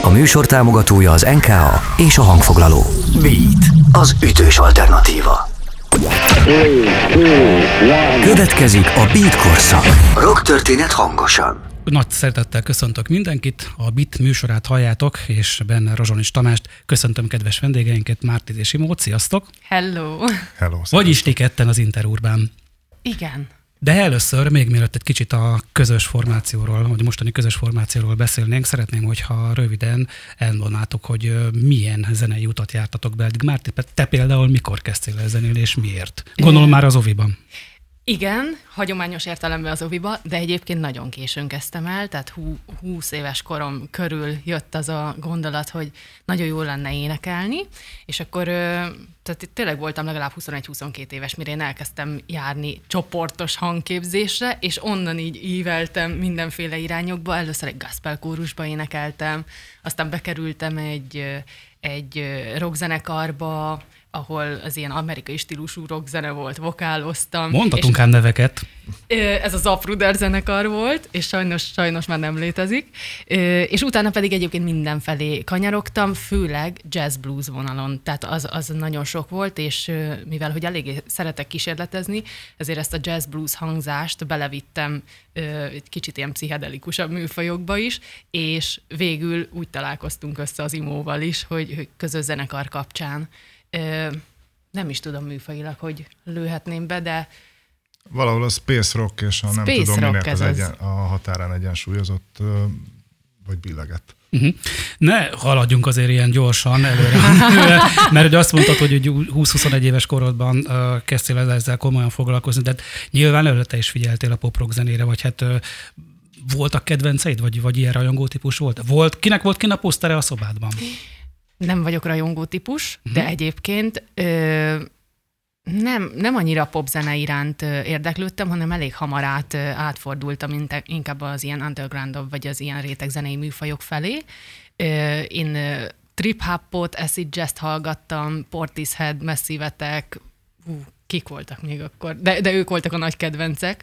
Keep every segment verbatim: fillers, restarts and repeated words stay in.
A műsor támogatója az en ká á és a hangfoglaló. Beat, az ütős alternatíva. Következik a Beat korszak. Rock történet hangosan. Nagy szeretettel köszöntök mindenkit, a Beat műsorát halljátok, és benne Rozsonics Tamást. Köszöntöm kedves vendégeinket, Mártit és Imót, sziasztok! Hello! Hello, Vagyis ti ketten az Interurbán. Igen. De először, még mielőtt egy kicsit a közös formációról, vagy mostani közös formációról beszélnénk, szeretném, hogyha röviden elmondanátok, hogy milyen zenei utat jártatok be. Márti, te például mikor kezdtél el zenélni, és miért? Gondolom már az oviban. Igen, hagyományos értelemben az oviba, de egyébként nagyon későn kezdtem el, tehát húsz éves korom körül jött az a gondolat, hogy nagyon jó lenne énekelni, és akkor tehát tényleg voltam legalább huszonegy-huszonkét éves, mire én elkezdtem járni csoportos hangképzésre, és onnan így íveltem mindenféle irányokba. Először egy gospel kórusba énekeltem, aztán bekerültem egy, egy rockzenekarba, ahol az ilyen amerikai stílusú rockzene volt, vokáloztam. Mondhatunk ám neveket. Ez a Zapruder zenekar volt, és sajnos, sajnos már nem létezik. És utána pedig egyébként mindenfelé kanyarogtam, főleg jazz-blues vonalon. Tehát az, az nagyon sok volt, és mivel hogy eléggé szeretek kísérletezni, ezért ezt a jazz-blues hangzást belevittem egy kicsit ilyen pszichedelikusabb műfajokba is, és végül úgy találkoztunk össze az Imóval is, hogy, hogy közös zenekar kapcsán. Ö, nem is tudom műfajilag, hogy lőhetném be, de... Valahol a space rock és a space nem tudom minek az az egyen, a határán egyensúlyozott, vagy billegett. Uh-huh. Ne haladjunk azért ilyen gyorsan előre, mert ugye azt mondtad, hogy húsz-huszonegy éves korodban uh, kezdtél ezzel komolyan foglalkozni, de nyilván előtte is figyeltél a pop-rock zenére, vagy hát uh, voltak kedvenceid, vagy, vagy ilyen rajongó típus volt? volt? Kinek volt kint a posztere a szobádban? Nem vagyok rajongó típus, uh-huh. de egyébként ö, nem, nem annyira popzene iránt ö, érdeklődtem, hanem elég hamar át, ö, átfordultam inkább az ilyen underground vagy az ilyen rétegzenei műfajok felé. Ö, én ö, trip-hopot, acid jazz-t hallgattam, Portishead, Massive Attack, hú, kik voltak még akkor, de, de ők voltak a nagy kedvencek.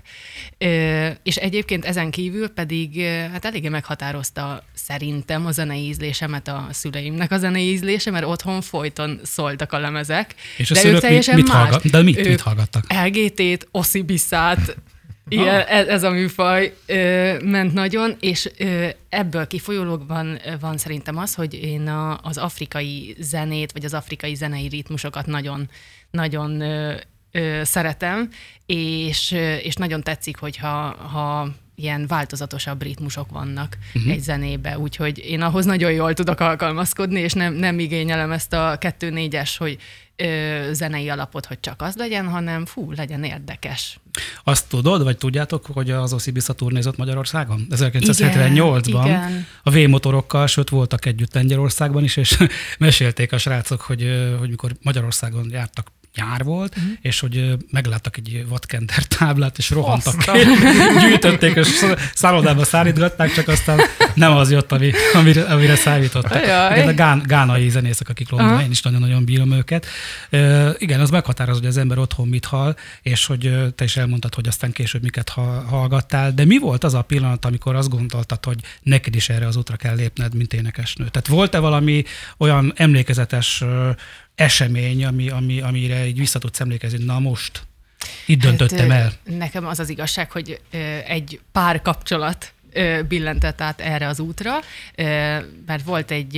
Ö, és egyébként ezen kívül pedig hát eléggé meghatározta szerintem a zenei ízlésemet a szüleimnek a zenei ízlése, mert otthon folyton szóltak a lemezek. És a de szülők ők teljesen mit, mit, más. hallgat, de mit, ők mit hallgattak? el gé té-t, Ossibissát, ilyen, ez, ez a műfaj ö, ment nagyon, és ö, ebből kifolyólag van, van szerintem az, hogy én a, az afrikai zenét, vagy az afrikai zenei ritmusokat nagyon, nagyon ö, ö, szeretem, és, ö, és nagyon tetszik, hogyha ha ilyen változatosabb ritmusok vannak uh-huh. egy zenébe, úgyhogy én ahhoz nagyon jól tudok alkalmazkodni, és nem, nem igényelem ezt a kettő négyes, hogy ö, zenei alapot, hogy csak az legyen, hanem fú, legyen érdekes. Azt tudod, vagy tudjátok, hogy az Ossibissa turnézott Magyarországon? ezerkilencszázhetvennyolcban igen. a V-motorokkal, sőt voltak együtt Lengyelországban is, és mesélték a srácok, hogy, hogy mikor Magyarországon jártak, nyár volt, uh-huh. és hogy megláttak egy vadkender táblát, és rohantak ki, gyűjtötték, és szállodába szállítgatták, csak aztán nem az jött, ami, amire, amire számítottak. Igen, a gán, gánai zenészek, akik Londonban, uh-huh. én is nagyon-nagyon bírom őket. Uh, igen, az meghatározó, hogy az ember otthon mit hall, és hogy uh, te is elmondtad, hogy aztán később miket ha, hallgattál, de mi volt az a pillanat, amikor azt gondoltad, hogy neked is erre az útra kell lépned, mint énekesnő? Tehát volt-e valami olyan emlékezetes uh, esemény, ami, ami, amire így vissza tudsz emlékezni, na most, itt döntöttem hát, el. Nekem az az igazság, hogy egy pár kapcsolat billentett át erre az útra, mert volt egy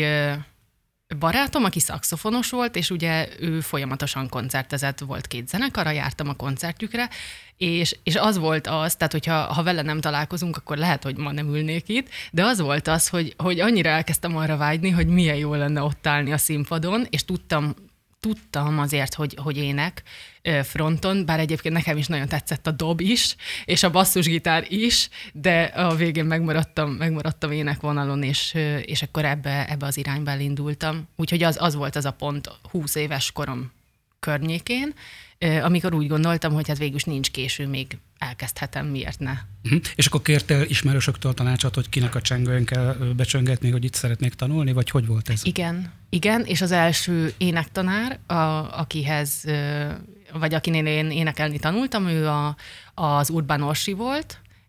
barátom, aki szaxofonos volt, és ugye ő folyamatosan koncertezett, volt két zenekara, jártam a koncertjükre, és, és az volt az, tehát hogyha ha vele nem találkozunk, akkor lehet, hogy ma nem ülnék itt, de az volt az, hogy, hogy annyira elkezdtem arra vágyni, hogy milyen jó lenne ott állni a színpadon, és tudtam, tudtam azért, hogy, hogy ének fronton, bár egyébként nekem is nagyon tetszett a dob is, és a basszusgitár is, de a végén megmaradtam, megmaradtam énekvonalon, és, és akkor ebbe, ebbe az irányba elindultam. Úgyhogy az, az volt az a pont húsz éves korom környékén, amikor úgy gondoltam, hogy hát végülis nincs késő, még elkezdhetem, miért ne. Uh-huh. És akkor kértél ismerősöktől tanácsot, hogy kinek a csengőn kell becsöngetni, hogy itt szeretnék tanulni, vagy hogy volt ez? Igen, igen, és az első énektanár, a, akihez, vagy akinél én énekelni tanultam, ő a, az Urban Orsi volt,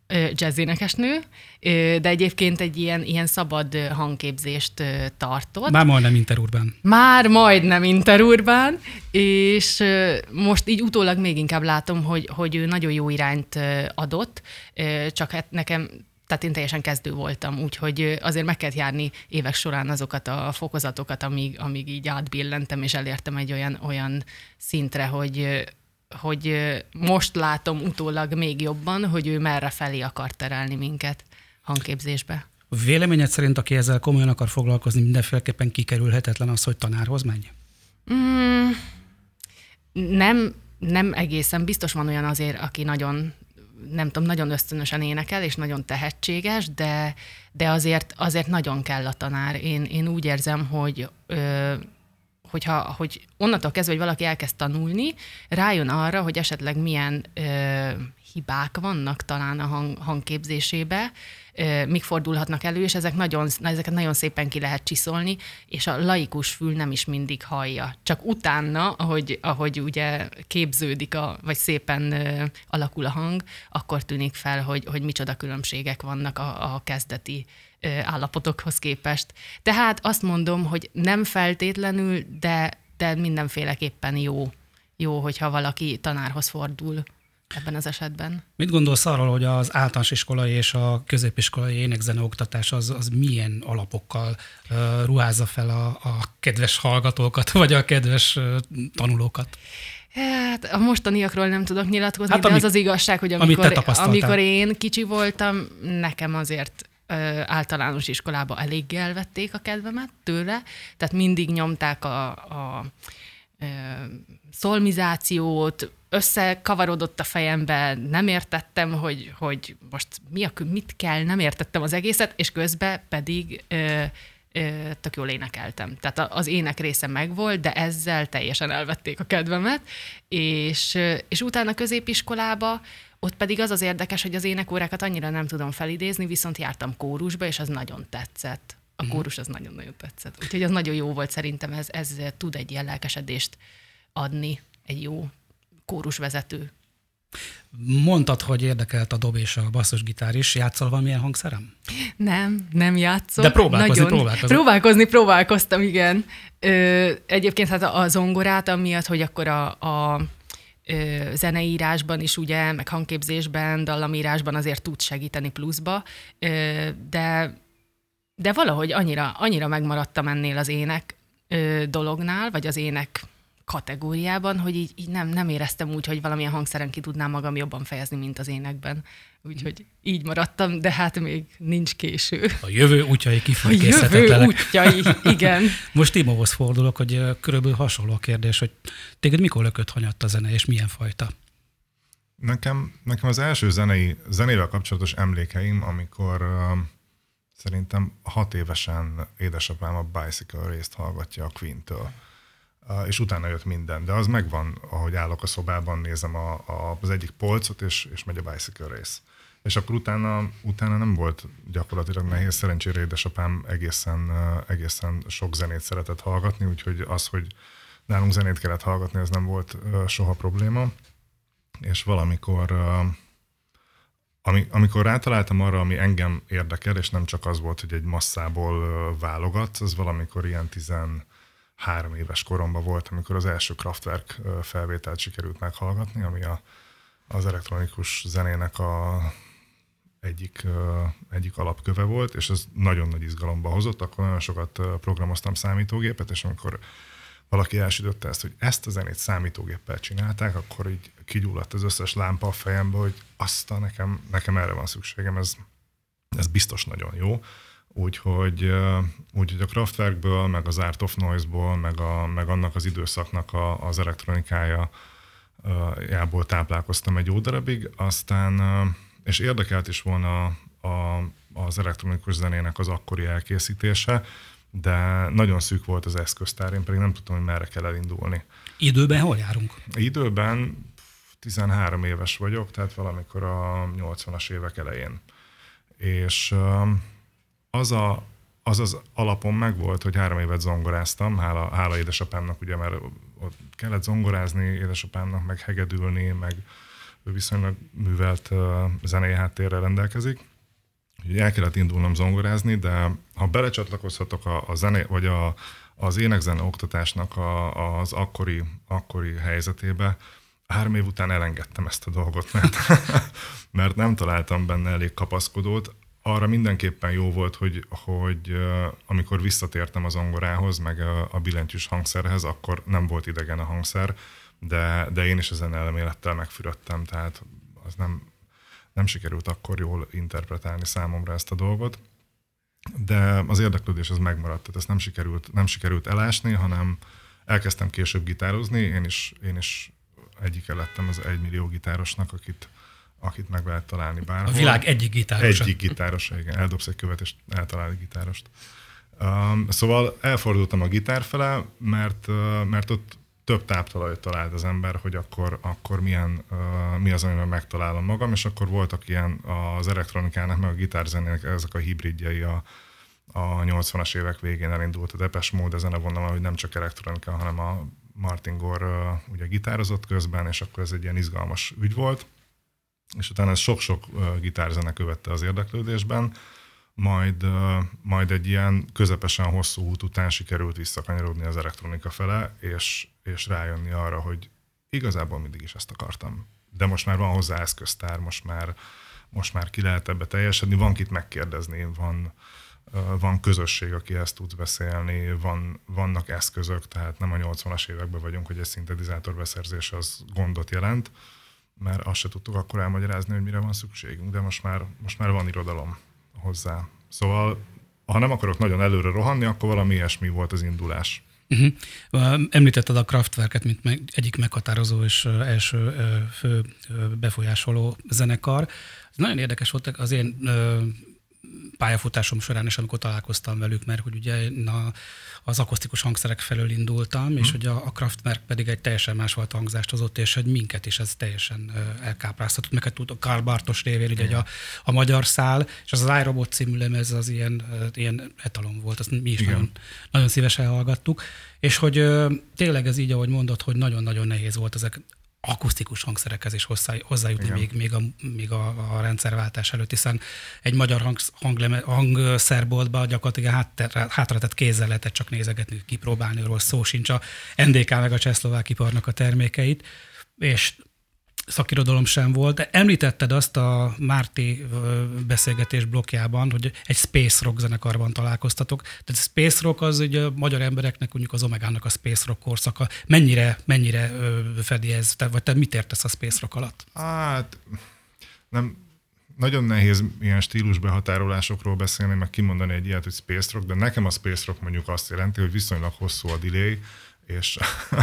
jazzénekesnő, de egyébként egy ilyen, ilyen szabad hangképzést tartott. Már majdnem interurbán. Már majdnem interurbán, és most így utólag még inkább látom, hogy, hogy ő nagyon jó irányt adott, csak hát nekem, tehát én teljesen kezdő voltam, úgyhogy azért meg kellett járni évek során azokat a fokozatokat, amíg, amíg így átbillentem, és elértem egy olyan, olyan szintre, hogy hogy most látom utólag még jobban, hogy ő merre felé akar terelni minket hangképzésbe. Véleményed szerint, aki ezzel komolyan akar foglalkozni, mindenféleképpen kikerülhetetlen az, hogy tanárhoz menj? Mm, nem, nem egészen. Biztos van olyan azért, aki nagyon, nem tudom, nagyon ösztönösen énekel, és nagyon tehetséges, de, de azért, azért nagyon kell a tanár. Én, én úgy érzem, hogy... Ö, hogyha hogy onnantól kezdve, hogy valaki elkezd tanulni, rájön arra, hogy esetleg milyen ö, hibák vannak talán a hang, hangképzésébe, ö, mik fordulhatnak elő, és ezek nagyon, ezeket nagyon szépen ki lehet csiszolni, és a laikus fül nem is mindig hallja. Csak utána, ahogy, ahogy ugye képződik, a, vagy szépen ö, alakul a hang, akkor tűnik fel, hogy, hogy micsoda különbségek vannak a, a kezdeti állapotokhoz képest. Tehát azt mondom, hogy nem feltétlenül, de, de mindenféleképpen jó, jó, hogyha valaki tanárhoz fordul ebben az esetben. Mit gondolsz arról, hogy az általános iskolai és a középiskolai énekzene oktatás az, az milyen alapokkal uh, ruházza fel a, a kedves hallgatókat, vagy a kedves uh, tanulókat? Hát a mostaniakról nem tudok nyilatkozni, hát, de amik, az az igazság, hogy amikor, amikor én kicsi voltam, nekem azért általános iskolába eléggé elvették a kedvemet tőle, tehát mindig nyomták a, a, a szolmizációt, összekavarodott a fejembe, nem értettem, hogy, hogy most mi a, mit kell, nem értettem az egészet, és közben pedig ö, ö, tök jól énekeltem. Tehát az ének része megvolt, de ezzel teljesen elvették a kedvemet, és, és utána középiskolába ott pedig az az érdekes, hogy az énekórákat annyira nem tudom felidézni, viszont jártam kórusba, és az nagyon tetszett. A kórus az nagyon-nagyon tetszett. Úgyhogy az nagyon jó volt szerintem, ez, ez tud egy ilyen lelkesedést adni, egy jó kórusvezető. Mondtad, hogy érdekelt a dob és a basszusgitár is. Játszol valamilyen hangszerem? Nem, nem játszom. De próbálkozni, nagyon. próbálkozom. Próbálkozni, próbálkoztam, igen. Ö, egyébként hát a zongorát, amiatt, hogy akkor a... a zeneírásban is, ugye, meg hangképzésben, dallamírásban azért tud segíteni pluszba, de, de valahogy annyira, annyira megmaradtam ennél az ének dolognál, vagy az ének kategóriában, hogy így, így nem, nem éreztem úgy, hogy valamilyen hangszeren ki tudnám magam jobban fejezni, mint az énekben. Úgyhogy így maradtam, de hát még nincs késő. A jövő útjai A jövő útjai, igen. Most Timóhoz fordulok, hogy körülbelül hasonló a kérdés, hogy téged mikor lökött hanyatt a zene, és milyen fajta? Nekem, nekem az első zenei, zenével kapcsolatos emlékeim, amikor uh, szerintem hat évesen édesapám a Bicycle Race-t hallgatja a Queen-től. Uh, és utána jött minden, de az megvan, ahogy állok a szobában, nézem a, a, az egyik polcot, és, és megy a Bicycle Race. És akkor utána, utána nem volt gyakorlatilag nehéz, szerencsére édesapám egészen, uh, egészen sok zenét szeretett hallgatni, úgyhogy az, hogy nálunk zenét kellett hallgatni, ez nem volt uh, soha probléma. És valamikor, uh, ami, amikor rátaláltam arra, ami engem érdekel, és nem csak az volt, hogy egy masszából uh, válogat, az valamikor ilyen tizen három éves koromban volt, amikor az első Kraftwerk felvételt sikerült meghallgatni, ami a, az elektronikus zenének a egyik, egyik alapköve volt, és ez nagyon nagy izgalomba hozott. Akkor nagyon sokat programoztam számítógépet, és amikor valaki elsütötte ezt, hogy ezt a zenét számítógéppel csinálták, akkor így kigyulladt az összes lámpa a fejembe, hogy azt a nekem, nekem erre van szükségem, ez, ez biztos nagyon jó. Úgyhogy, úgyhogy a Kraftwerkből, meg az Art of Noise-ból, meg, a, meg annak az időszaknak a, az elektronikája jából táplálkoztam egy jó darabig, aztán, és érdekelt is volna a, az elektronikus zenének az akkori elkészítése, de nagyon szűk volt az eszköztár, én pedig nem tudtam, hogy merre kell elindulni. Időben hol járunk? Időben tizenhárom éves vagyok, tehát valamikor a nyolcvanas évek elején. És az a, az, az alapon megvolt, hogy három évet zongoráztam, hála, hála édesapámnak, ugye, mert ott kellett zongorázni édesapámnak, meg hegedülni, meg ő viszonylag művelt zenei háttérrel rendelkezik. Úgyhogy el kellett indulnom zongorázni, de ha belecsatlakozhatok a, a zené, vagy a, az énekzene oktatásnak a, az akkori, akkori helyzetébe, három év után elengedtem ezt a dolgot, mert, mert nem találtam benne elég kapaszkodót. Arra mindenképpen jó volt, hogy, hogy amikor visszatértem az zongorához, meg a, a billentyűs hangszerhez, akkor nem volt idegen a hangszer, de, de én is a zeneelmélettel megfürödtem, tehát az nem, nem sikerült akkor jól interpretálni számomra ezt a dolgot. De az érdeklődés az megmaradt, tehát ezt nem sikerült, nem sikerült elásni, hanem elkezdtem később gitározni, én is, én is egyike lettem az egymillió gitárosnak, akit, akit meg lehet találni bárhol. A világ egyik gitárosa. Egyik gitárosa, igen. Eldobsz egy követ, és eltalál egy gitárost. Um, szóval elfordultam a gitár fele, mert, uh, mert ott több táptalajt talált az ember, hogy akkor, akkor milyen, uh, mi az, amiben megtalálom magam, és akkor voltak ilyen az elektronikának, meg a gitárzenének ezek a hibridjei a, a nyolcvanas évek végén elindult a Depeche Mode, a zenevonal, hogy nem csak elektronika, hanem a Martin Gore uh, ugye gitározott közben, és akkor ez egy ilyen izgalmas ügy volt. És utána ez sok-sok uh, gitárzene követte az érdeklődésben, majd, uh, majd egy ilyen közepesen hosszú út után sikerült visszakanyarodni az elektronika fele, és, és rájönni arra, hogy igazából mindig is ezt akartam. De most már van hozzá eszköztár, most már, most már ki lehet ebbe teljesedni, van kit megkérdezni, van, uh, van közösség, akihez tudsz beszélni, van, vannak eszközök, tehát nem a nyolcvanas években vagyunk, hogy egy szintetizátor beszerzés az gondot jelent, mert azt se tudtuk akkor elmagyarázni, hogy mire van szükségünk, de most már, most már van irodalom hozzá. Szóval, ha nem akarok nagyon előre rohanni, akkor valami ilyesmi volt az indulás. Uh-huh. Említetted a Kraftwerket, mint meg, egyik meghatározó és első fő befolyásoló zenekar. Ez nagyon érdekes volt az én pályafutásom során is, amikor találkoztam velük, mert hogy ugye na, az akusztikus hangszerek felől indultam, hmm. és hogy a, a Kraftwerk pedig egy teljesen másfajta hangzást hozott, és hogy minket is ez teljesen uh, elkápráztatott. Meg hát a Karl Bartos révén, ugye a, a magyar szál, és az az iRobot című lemez az ilyen, uh, ilyen etalon volt, azt mi is nagyon, nagyon szívesen hallgattuk. És hogy uh, tényleg ez így, ahogy mondod, hogy nagyon-nagyon nehéz volt ezek akusztikus hangszerekhez is hozzá, hozzájutni még, még, a, még a, a rendszerváltás előtt, hiszen egy magyar hang, hangleme, hangszerboltban gyakorlatilag hátra, hátratett kézzel lehetett csak nézegetni, kipróbálni, arról szó sincs, a en dé ká meg a csehszlovák iparnak a termékeit, és szakirodalom sem volt, de említetted azt a Márti beszélgetés blokkjában, hogy egy space rock zenekarban találkoztatok. Tehát a space rock az ugye a magyar embereknek, mondjuk az Omegának a space rock korszaka. Mennyire, mennyire fedi ez? Te, vagy te mit értesz a space rock alatt? Hát nem, nagyon nehéz ilyen stílusbehatárolásokról beszélni, meg kimondani egy ilyet, hogy space rock, de nekem a space rock mondjuk azt jelenti, hogy viszonylag hosszú a delay, és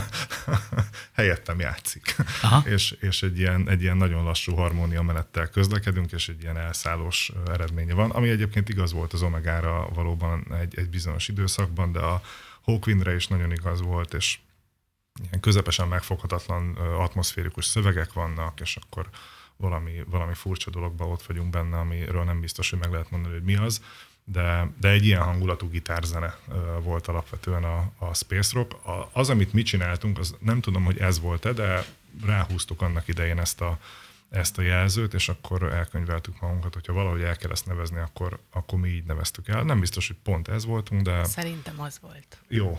helyettem játszik. és, és egy, ilyen, egy ilyen nagyon lassú harmónia menettel közlekedünk, és egy ilyen elszállós eredménye van, ami egyébként igaz volt az Omegára valóban egy, egy bizonyos időszakban, de a Hawkwindre is nagyon igaz volt, és ilyen közepesen megfoghatatlan atmoszférikus szövegek vannak, és akkor valami, valami furcsa dologban ott vagyunk benne, amiről nem biztos, hogy meg lehet mondani, hogy mi az. De, de egy ilyen hangulatú gitárzene volt alapvetően a, a space rock. A, az, amit mi csináltunk, az nem tudom, hogy ez volt-e, de ráhúztuk annak idején ezt a, ezt a jelzőt, és akkor elkönyveltük magunkat, hogyha valahogy el kell ezt nevezni, akkor, akkor mi így neveztük el. Nem biztos, hogy pont ez voltunk, de... Szerintem az volt. Jó.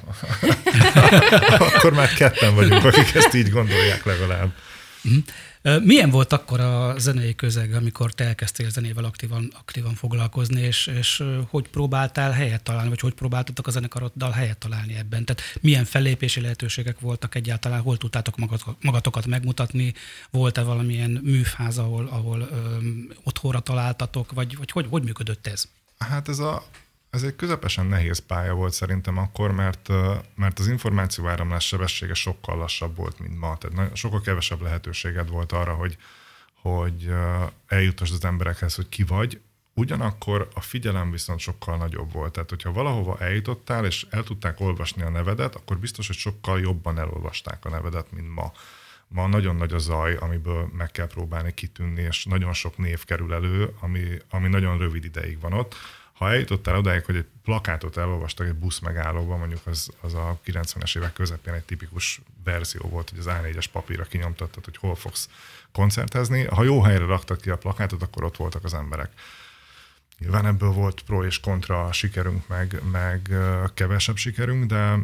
Akkor már ketten vagyunk, akik ezt így gondolják legalább. Mm. Milyen volt akkor a zenei közeg, amikor te elkezdtél zenével aktívan, aktívan foglalkozni, és, és hogy próbáltál helyet találni, vagy hogy próbáltatok a zenekaroddal helyet találni ebben? Tehát milyen fellépési lehetőségek voltak egyáltalán, hol tudtátok magatokat megmutatni, volt-e valamilyen műfáz, ahol, ahol öm, otthonra találtatok, vagy, vagy hogy, hogy működött ez? Hát ez a... Ez egy közepesen nehéz pálya volt szerintem akkor, mert, mert az információáramlás sebessége sokkal lassabb volt, mint ma. Tehát sokkal kevesebb lehetőséged volt arra, hogy, hogy eljutasd az emberekhez, hogy ki vagy. Ugyanakkor a figyelem viszont sokkal nagyobb volt. Tehát, hogyha valahova eljutottál, és el tudták olvasni a nevedet, akkor biztos, hogy sokkal jobban elolvasták a nevedet, mint ma. Ma nagyon nagy a zaj, amiből meg kell próbálni kitűnni, és nagyon sok név kerül elő, ami, ami nagyon rövid ideig van ott. Ha eljutottál odáig, hogy egy plakátot elolvastak egy busz megállóban, mondjuk az, az a kilencvenes évek közepén egy tipikus verzió volt, hogy az á négyes papírra kinyomtattad, hogy hol fogsz koncertezni. Ha jó helyre raktad ki a plakátot, akkor ott voltak az emberek. Nyilván ebből volt pro és kontra sikerünk, meg, meg kevesebb sikerünk, de,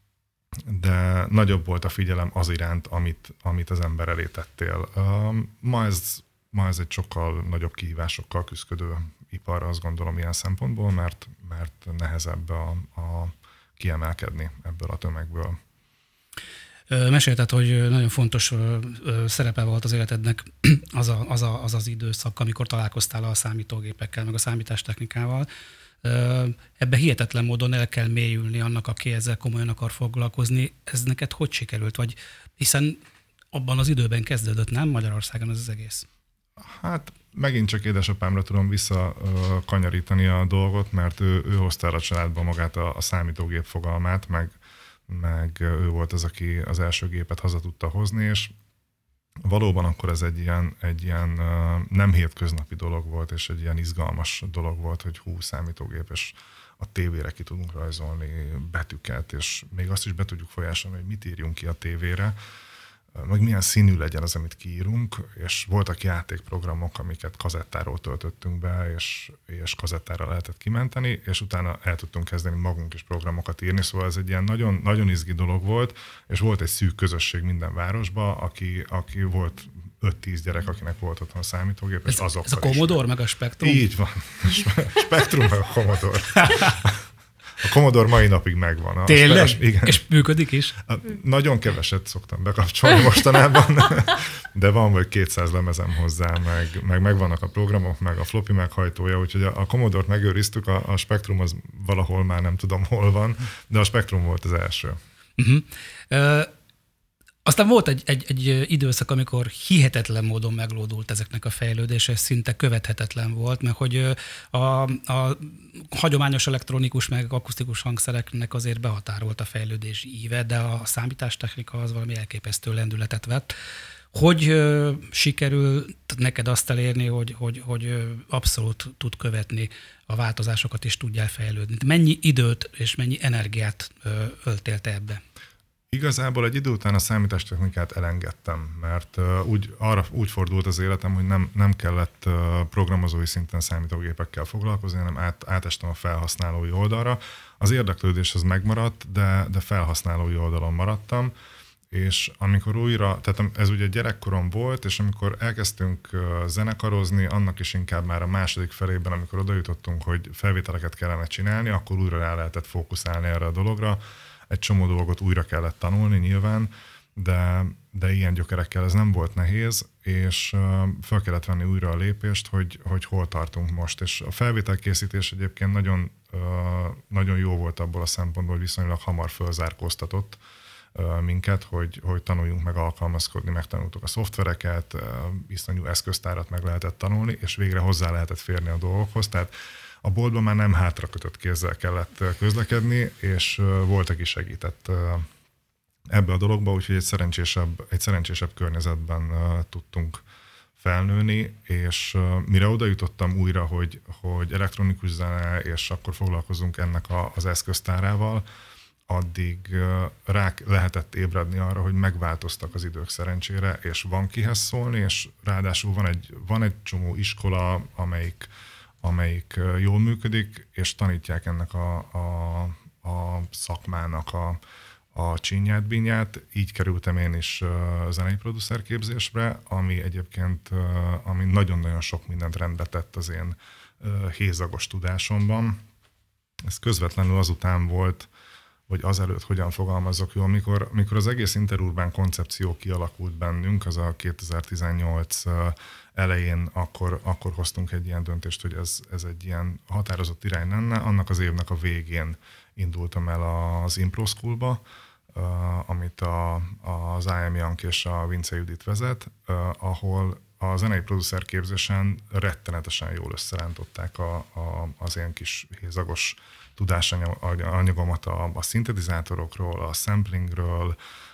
de nagyobb volt a figyelem az iránt, amit, amit az ember elé tettél. Ma ez, ma ez egy sokkal nagyobb kihívásokkal küzdő ipar, azt gondolom ilyen szempontból, mert, mert nehezebb a, a kiemelkedni ebből a tömegből. Mesélted, hogy nagyon fontos szerepe volt az életednek az, a, az, a, az az időszak, amikor találkoztál a számítógépekkel, meg a számítástechnikával. Ebbe hihetetlen módon el kell mélyülni annak, aki ezzel komolyan akar foglalkozni. Ez neked hogy sikerült? Vagy hiszen abban az időben kezdődött, nem Magyarországon ez az egész? Hát megint csak édesapámra tudom visszakanyarítani a dolgot, mert ő, ő hozta el a családba magát a, a számítógép fogalmát, meg, meg ő volt az, aki az első gépet haza tudta hozni, és valóban akkor ez egy ilyen, egy ilyen nem hétköznapi dolog volt, és egy ilyen izgalmas dolog volt, hogy hú, számítógép, és a tévére ki tudunk rajzolni betűket, és még azt is be tudjuk folyásolni, hogy mit írjunk ki a tévére, meg milyen színű legyen az, amit kiírunk, és voltak játékprogramok, amiket kazettáról töltöttünk be, és, és kazettára lehetett kimenteni, és utána el tudtunk kezdeni magunk is programokat írni, szóval ez egy ilyen nagyon, nagyon izgi dolog volt, és volt egy szűk közösség minden városban, aki, aki volt öt-tíz gyerek, akinek volt otthon a számítógép, és azokkal Ez a Commodore, meg a Spectrum? Így van. Spectrum, meg a Commodore. A Commodore mai napig megvan. Tényleg? Igen. És működik is? Nagyon keveset szoktam bekapcsolni mostanában, de van vagy kétszáz lemezem hozzá, meg, meg megvannak a programok, meg a floppy meghajtója, úgyhogy a, a Commodore-t megőriztük, a, a Spectrum az valahol már nem tudom hol van, de a Spectrum volt az első. Uh-huh. Uh, aztán volt egy, egy, egy időszak, amikor hihetetlen módon meglódult ezeknek a fejlődése, szinte követhetetlen volt, mert hogy a, a hagyományos elektronikus meg akusztikus hangszereknek azért behatárolt a fejlődés íve, de a számítástechnika az valami elképesztő lendületet vett. Hogy ö, sikerül neked azt elérni, hogy, hogy, hogy abszolút tud követni a változásokat és tudjál fejlődni? Mennyi időt és mennyi energiát ö, öltél te ebbe? Igazából egy idő után a számítástechnikát elengedtem, mert uh, úgy, arra úgy fordult az életem, hogy nem, nem kellett uh, programozói szinten számítógépekkel foglalkozni, hanem át, átestem a felhasználói oldalra. Az érdeklődés az megmaradt, de, de felhasználói oldalon maradtam, és amikor újra, tehát ez ugye gyerekkorom volt, és amikor elkezdtünk uh, zenekarozni, annak is inkább már a második felében, amikor oda jutottunk, hogy felvételeket kellene csinálni, akkor újra rá lehetett fókuszálni erre a dologra. Egy csomó dolgot újra kellett tanulni nyilván, de, de ilyen gyökerekkel ez nem volt nehéz, és uh, fel kellett venni újra a lépést, hogy, hogy hol tartunk most. És a felvételkészítés egyébként nagyon, uh, nagyon jó volt abból a szempontból, hogy viszonylag hamar fölzárkóztatott uh, minket, hogy, hogy tanuljunk meg alkalmazkodni, megtanultuk a szoftvereket, uh, iszonyú eszköztárat meg lehetett tanulni, és végre hozzá lehetett férni a dolgokhoz. Tehát a boltban már nem hátrakötött kézzel kellett közlekedni, és volt, aki segített ebbe a dologba, úgyhogy egy szerencsésebb, egy szerencsésebb környezetben tudtunk felnőni, és mire oda jutottam újra, hogy, hogy elektronikus zene, és akkor foglalkozunk ennek a, az eszköztárával, addig rá lehetett ébredni arra, hogy megváltoztak az idők szerencsére, és van kihez szólni, és ráadásul van egy, van egy csomó iskola, amelyik amelyik jól működik, és tanítják ennek a, a, a szakmának a, a csinyát, binyát. Így kerültem én is zenei producer képzésre, ami egyébként ami nagyon-nagyon sok mindent rendbe tett az én hézagos tudásomban. Ez közvetlenül azután volt, vagy azelőtt hogyan fogalmazok jól, mikor, mikor az egész interurbán koncepció kialakult bennünk, az a kétezer-tizennyolc elején akkor, akkor hoztunk egy ilyen döntést, hogy ez, ez egy ilyen határozott irány lenne. Annak az évnek a végén indultam el az Impro Schoolba, uh, amit a, az I Am Young és a Vince Judit vezet, uh, ahol a zenei producer képzésen rettenetesen jól összerántották a, a, az ilyen kis hézagos tudásanyagomat a, a szintetizátorokról, a samplingről,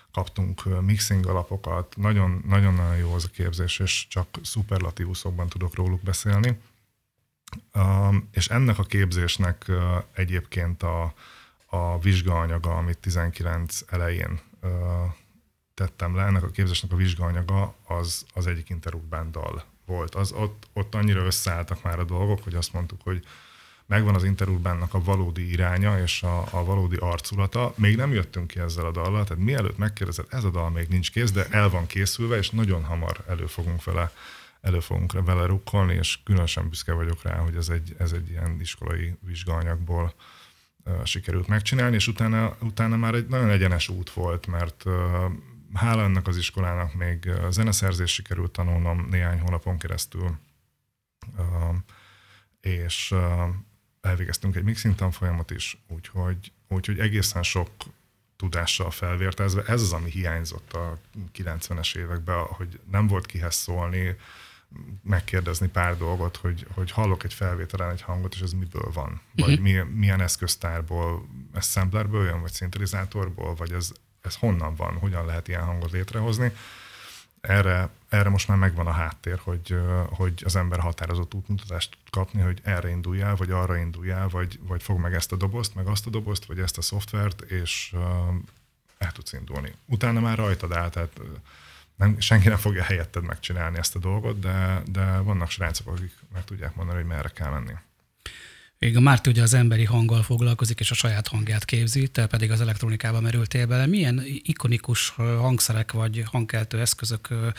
kaptunk mixing alapokat, nagyon, nagyon jó az a képzés, és csak szuperlatívuszokban tudok róluk beszélni. És ennek a képzésnek egyébként a, a vizsgaanyaga, amit tizenkilenc elején tettem le, ennek a képzésnek a vizsgaanyaga az, az egyik interurbán dal volt. Az, ott, ott annyira összeálltak már a dolgok, hogy azt mondtuk, hogy megvan az interurbánnak a valódi iránya és a, a valódi arculata. Még nem jöttünk ki ezzel a dallal, tehát mielőtt megkérdezed, ez a dal még nincs kész, de el van készülve, és nagyon hamar elő fogunk vele, elő fogunk vele rukkolni, és különösen büszke vagyok rá, hogy ez egy, ez egy ilyen iskolai vizsgaanyagból uh, sikerült megcsinálni, és utána, utána már egy nagyon egyenes út volt, mert uh, hála ennek az iskolának még zeneszerzés sikerült tanulnom néhány hónapon keresztül, uh, és uh, elvégeztünk egy mixing tanfolyamot is, úgyhogy, úgyhogy egészen sok tudással felvértezve. Ez az, ami hiányzott a kilencvenes években, hogy nem volt kihez szólni, megkérdezni pár dolgot, hogy, hogy hallok egy felvételen egy hangot, és ez miből van? Vagy uh-huh. milyen, milyen eszköztárból, ez samplerből jön, vagy szintetizátorból, vagy ez, ez honnan van, hogyan lehet ilyen hangot létrehozni. Erre, erre most már megvan a háttér, hogy, hogy az ember határozott útmutatást tud kapni, hogy erre induljál, vagy arra induljál, vagy, vagy fog meg ezt a dobozt, meg azt a dobozt, vagy ezt a szoftvert, és uh, el tudsz indulni. Utána már rajtad áll, tehát nem, senki nem fogja helyetted megcsinálni ezt a dolgot, de, de vannak srácok, akik meg tudják mondani, hogy merre kell menni. Még a Márti ugye az emberi hanggal foglalkozik, és a saját hangját képzi, te pedig az elektronikába merültél bele. Milyen ikonikus hangszerek vagy hangkeltő eszközökre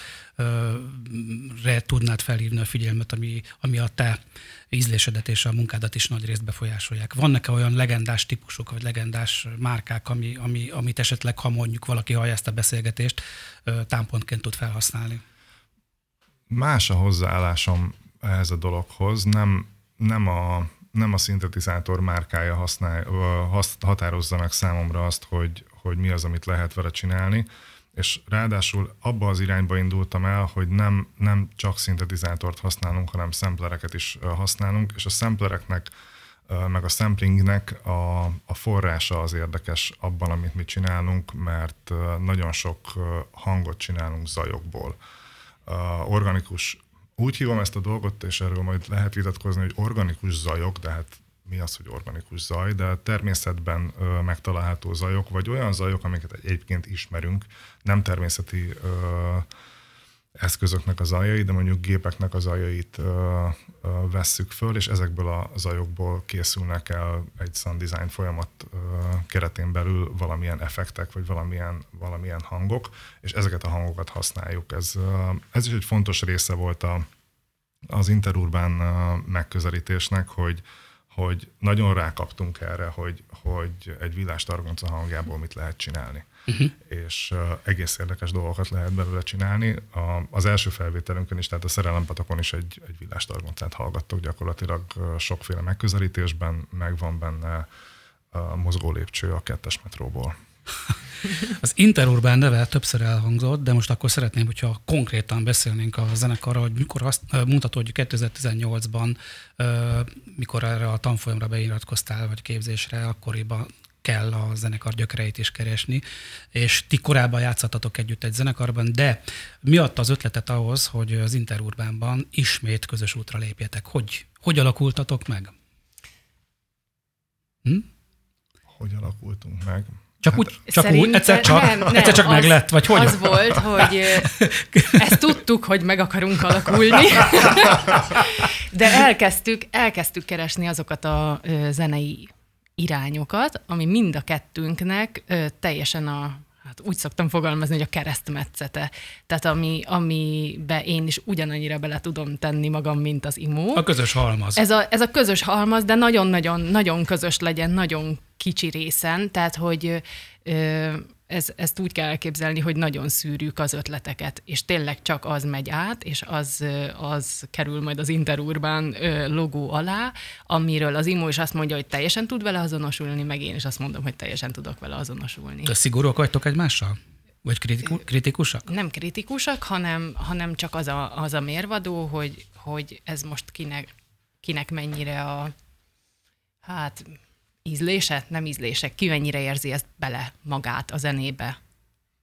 tudnád felhívni a figyelmet, ami, ami a te ízlésedet és a munkádat is nagy részt befolyásolják? Vannak-e olyan legendás típusok, vagy legendás márkák, ami, ami, amit esetleg, ha mondjuk valaki hallja ezt a beszélgetést, támpontként tud felhasználni? Más a hozzáállásom ehhez a dologhoz. Nem, nem a nem a szintetizátor márkája használ, határozza meg számomra azt, hogy, hogy mi az, amit lehet vele csinálni, és ráadásul abba az irányba indultam el, hogy nem, nem csak szintetizátort használunk, hanem samplereket is használunk, és a samplereknek, meg a samplingnek a, a forrása az érdekes abban, amit mi csinálunk, mert nagyon sok hangot csinálunk zajokból. Organikus Úgy hívom ezt a dolgot, és erről majd lehet vitatkozni, hogy organikus zajok, de hát mi az, hogy organikus zaj, de természetben ö, megtalálható zajok, vagy olyan zajok, amiket egyébként ismerünk, nem természeti ö, eszközöknek a zajai, de mondjuk gépeknek a zajait ö, ö, vesszük föl, és ezekből a zajokból készülnek el egy sound design folyamat ö, keretén belül valamilyen effektek, vagy valamilyen, valamilyen hangok, és ezeket a hangokat használjuk. Ez, ö, ez is egy fontos része volt a, az interurbán megközelítésnek, hogy, hogy nagyon rákaptunk erre, hogy, hogy egy villás targonca hangjából mit lehet csinálni. Uh-huh. És uh, egész érdekes dolgokat lehet belőle csinálni. A, az első felvételünkön is, tehát a Szerelempatokon is egy, egy villás targoncát hallgattok gyakorlatilag uh, sokféle megközelítésben, megvan benne a mozgó lépcső a kettes metróból. Az interurbán neve többször elhangzott, de most akkor szeretném, hogyha konkrétan beszélnénk a zenekarra, hogy mikor azt mondhatod, hogy kétezer-tizennyolcban, mikor erre a tanfolyamra beiratkoztál, vagy képzésre, akkoriban kell a zenekar gyökereit is keresni, és ti korábban játszhattatok együtt egy zenekarban, de mi adta az ötletet ahhoz, hogy az interurbánban ismét közös útra lépjetek? Hogy, hogy alakultatok meg? Hm? Hogy alakultunk meg? Csak úgy, csak úgy, egyszer csak, nem, nem, egyszer csak az, meglett, vagy hogy? Az volt, hogy ezt tudtuk, hogy meg akarunk alakulni, de elkezdtük, elkezdtük keresni azokat a zenei irányokat, ami mind a kettőnknek teljesen a, hát úgy szoktam fogalmazni, hogy a keresztmetszete. Tehát ami, amibe én is ugyanannyira bele tudom tenni magam, mint az imó. A közös halmaz. Ez a, ez a közös halmaz, de nagyon-nagyon nagyon közös legyen, nagyon kicsi részen, tehát hogy ö, ez, ezt úgy kell elképzelni, hogy nagyon szűrjük az ötleteket, és tényleg csak az megy át, és az, az kerül majd az Interurbán logó alá, amiről az imó is azt mondja, hogy teljesen tud vele azonosulni, meg én is azt mondom, hogy teljesen tudok vele azonosulni. De szigorúak vagytok egymással? Vagy kritiku- kritikusak? Nem kritikusak, hanem, hanem csak az a, az a mérvadó, hogy, hogy ez most kinek, kinek mennyire a hát... ízlése, nem ízlése, ki mennyire érzi ezt bele magát a zenébe.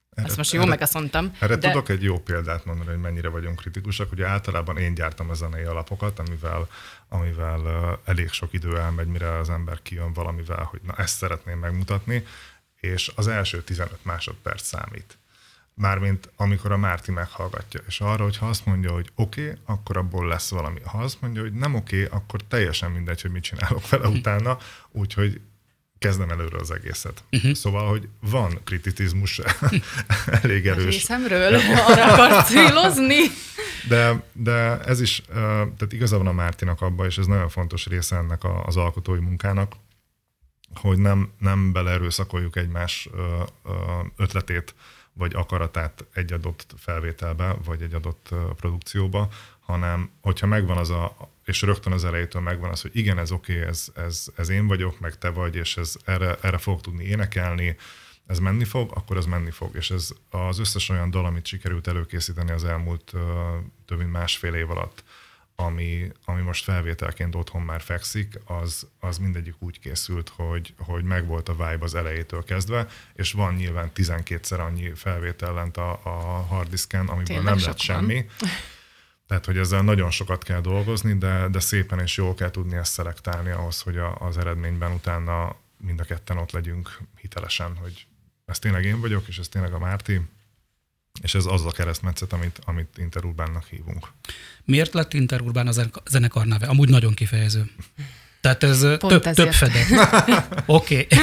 Ezt most jól megaszontam. Erre de... tudok egy jó példát mondani, hogy mennyire vagyunk kritikusak. Ugye általában én gyártam a zenei alapokat, amivel, amivel elég sok idő elmegy, mire az ember kijön valamivel, hogy na ezt szeretném megmutatni, és az első tizenöt másodperc számít. Mármint amikor a Márti meghallgatja, és arra, hogy ha azt mondja, hogy oké, okay, akkor abból lesz valami. Ha azt mondja, hogy nem oké, okay, akkor teljesen mindegy, hogy mit csinálok vele utána, úgyhogy kezdem előről az egészet. Uh-huh. Szóval, hogy van kriticizmus elég erős. A részemről arra akarsz célozni. De, de ez is, tehát igaza van a Mártinak abban, és ez nagyon fontos része ennek az alkotói munkának, hogy nem, nem beleerőszakoljuk egymás ötletét, vagy akaratát egy adott felvételbe, vagy egy adott produkcióba, hanem hogyha megvan az a, és rögtön az elejétől megvan az, hogy igen, ez oké, okay, ez, ez, ez én vagyok, meg te vagy, és ez, erre, erre fog tudni énekelni, ez menni fog, akkor ez menni fog. És ez az összes olyan dal, amit sikerült előkészíteni az elmúlt uh, több mint másfél év alatt, ami, ami most felvételként otthon már fekszik, az, az mindegyik úgy készült, hogy, hogy megvolt a vibe az elejétől kezdve, és van nyilván tizenkétszer annyi felvétel lent a, a harddisken, amiből Tényleg nem lett semmi. Tehát, hogy ezzel nagyon sokat kell dolgozni, de, de szépen és jól kell tudni ezt szelektálni ahhoz, hogy a, az eredményben utána mind a ketten ott legyünk hitelesen, hogy ez tényleg én vagyok, és ez tényleg a Márti, és ez az a keresztmetszet, amit, amit Interurbánnak hívunk. Miért lett Interurbán a zenekar neve? Amúgy nagyon kifejező. Tehát ez több, több fedett. Oké. Okay.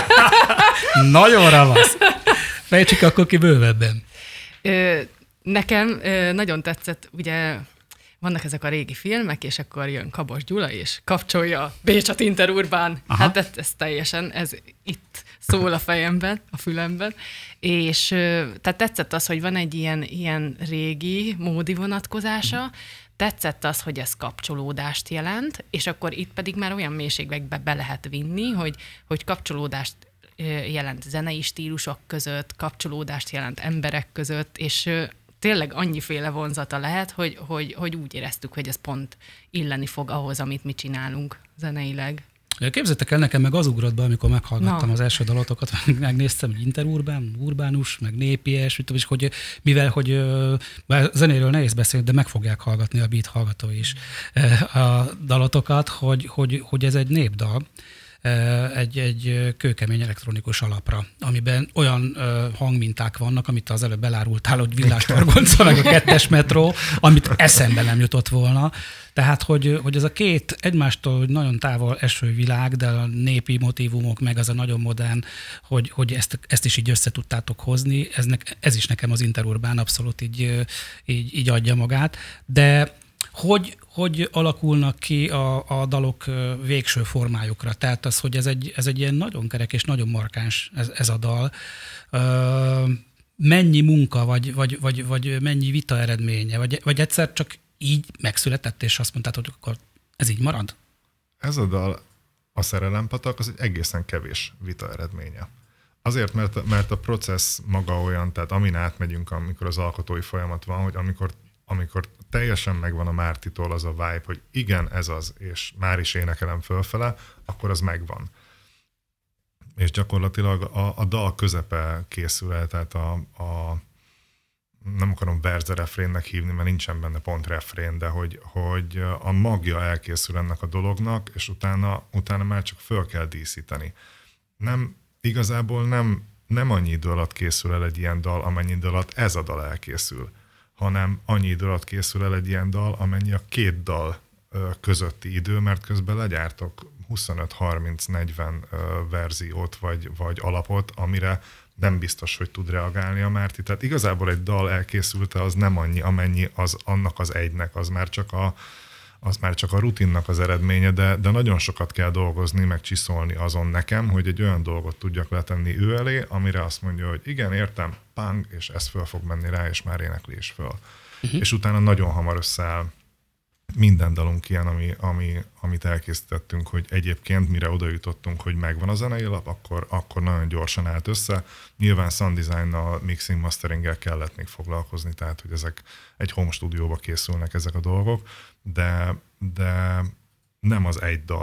Nagyon ravasz. Fejtsük akkor ki bővebben. Ö, nekem ö, nagyon tetszett, ugye vannak ezek a régi filmek, és akkor jön Kabos Gyula, és kapcsolja Bécsat Interurbán. Aha. Hát ez, ez teljesen, ez itt szól a fejemben, a fülemben. És tehát tetszett az, hogy van egy ilyen, ilyen régi módi vonatkozása, tetszett az, hogy ez kapcsolódást jelent, és akkor itt pedig már olyan mélységekbe be lehet vinni, hogy, hogy kapcsolódást jelent zenei stílusok között, kapcsolódást jelent emberek között, és tényleg annyiféle vonzata lehet, hogy, hogy, hogy úgy éreztük, hogy ez pont illeni fog ahhoz, amit mi csinálunk zeneileg. Képzeljétek el, nekem meg az ugrott be, amikor meghallgattam Na. az első dalotokat, megnéztem, hogy interurbán, urbánus, meg népies, és hogy mivel, hogy bár zenéről nehéz beszélni, de meg fogják hallgatni a Beat hallgatói is a dalotokat, hogy, hogy, hogy ez egy népdal, egy, egy kőkemény elektronikus alapra, amiben olyan hangminták vannak, amit az előbb elárultál, hogy Villás Torgonca, meg a kettes metró, amit eszembe nem jutott volna. Tehát, hogy, hogy ez a két egymástól nagyon távol eső világ, de a népi motívumok, meg az a nagyon modern, hogy, hogy ezt, ezt is így össze tudtátok hozni, ez, ne, ez is nekem az Interurbán abszolút így, így, így adja magát. De hogy, hogy alakulnak ki a, a dalok végső formájukra? Tehát az, hogy ez egy, ez egy ilyen nagyon kerek és nagyon markáns ez, ez a dal. Mennyi munka, vagy, vagy, vagy, vagy mennyi vita eredménye? Vagy, vagy egyszer csak így megszületett, és azt mondtad, hogy akkor ez így marad? Ez a dal, a Szerelempatak, az egy egészen kevés vita eredménye. Azért, mert, mert a processz maga olyan, tehát amin átmegyünk, amikor az alkotói folyamat van, hogy amikor, amikor teljesen megvan a Mártitól az a vibe, hogy igen, ez az, és már is énekelem fölfele, akkor az megvan. És gyakorlatilag a, a dal közepe készül el, tehát a, a nem akarom verze refrénnek hívni, mert nincsen benne pont refrén, de hogy, hogy a magja elkészül ennek a dolognak, és utána, utána már csak föl kell díszíteni. Nem, igazából nem, nem annyi idő alatt készül el egy ilyen dal, amennyi idő alatt ez a dal elkészül, hanem annyi idő alatt készül el egy ilyen dal, amennyi a két dal közötti idő, mert közben legyártok huszonöt harminc negyven verziót, vagy, vagy alapot, amire nem biztos, hogy tud reagálni a Márti. Tehát igazából egy dal elkészülte, az nem annyi, amennyi az annak az egynek, az már csak a, az már csak a rutinnak az eredménye, de, de nagyon sokat kell dolgozni, meg csiszolni azon nekem, hogy egy olyan dolgot tudjak letenni ő elé, amire azt mondja, hogy igen, értem, pang, és ez föl fog menni rá, és már énekli is föl. Uh-huh. És utána nagyon hamar összeáll minden dalunk ilyen, ami, ami, amit elkészítettünk, hogy egyébként mire oda jutottunk, hogy megvan a zenei lap, akkor, akkor nagyon gyorsan állt össze. Nyilván sound design-nal, mixing, masteringgel kellett még foglalkozni, tehát hogy ezek egy home stúdióba készülnek ezek a dolgok, de, de nem az egy dal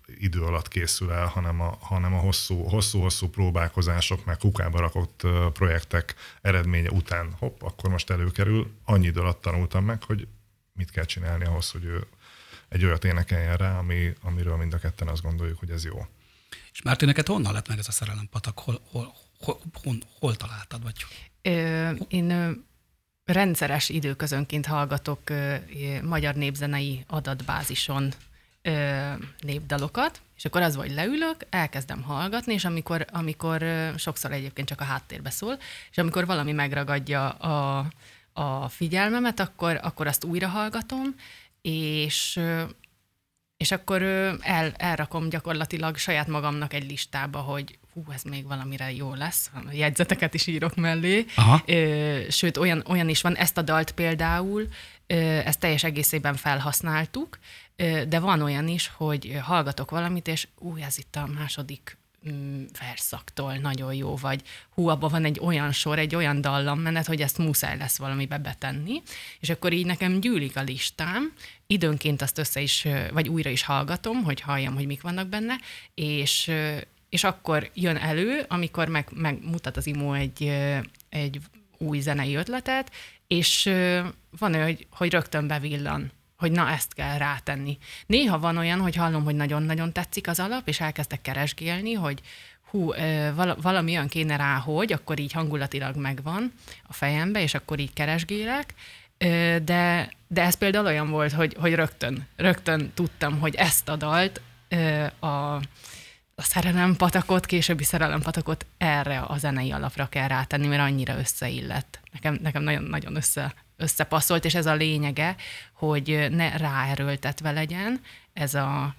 idő alatt készül el, hanem a, hanem a hosszú, hosszú-hosszú próbálkozások, meg kukába rakott projektek eredménye után, hopp, akkor most előkerül. Annyi idő alatt tanultam meg, hogy mit kell csinálni ahhoz, hogy ő egy olyat énekeljen rá, ami, amiről mind a ketten azt gondoljuk, hogy ez jó. És Márti, neked honnan lett meg ez a szerelempatak? Hol, hol, hol, hol, hol találtad? Vagy? Ö, én ö, rendszeres időközönként hallgatok ö, magyar népzenei adatbázison ö, népdalokat, és akkor az, hogy leülök, elkezdem hallgatni, és amikor, amikor ö, sokszor egyébként csak a háttérbe szól, és amikor valami megragadja a, a figyelmemet, akkor, akkor azt újra hallgatom, és... Ö, És akkor el, elrakom gyakorlatilag saját magamnak egy listába, hogy hú, ez még valamire jó lesz, jegyzeteket is írok mellé. Aha. Sőt, olyan, olyan is van, ezt a dalt például, ezt teljes egészében felhasználtuk, de van olyan is, hogy hallgatok valamit, és ú, ez itt a második verszaktól nagyon jó, vagy hú, abban van egy olyan sor, egy olyan dallammenet, hogy ezt muszáj lesz valamibe betenni, és akkor így nekem gyűlik a listám, időnként azt össze is, vagy újra is hallgatom, hogy halljam, hogy mik vannak benne, és, és akkor jön elő, amikor meg, megmutat az Imó egy, egy új zenei ötletet, és van olyan, hogy, hogy rögtön bevillan, hogy na, ezt kell rátenni. Néha van olyan, hogy hallom, hogy nagyon-nagyon tetszik az alap, és elkezdek keresgélni, hogy hú, valami olyan kéne rá, hogy akkor így hangulatilag megvan a fejembe, és akkor így keresgélek, de, de ez például olyan volt, hogy, hogy rögtön, rögtön tudtam, hogy ezt a dalt, a, a szerelempatakot, későbbi szerelempatakot erre a zenei alapra kell rátenni, mert annyira összeillett. Nekem, nekem nagyon-nagyon össze összepasszolt, és ez a lényege, hogy ne ráerőltetve legyen ez a,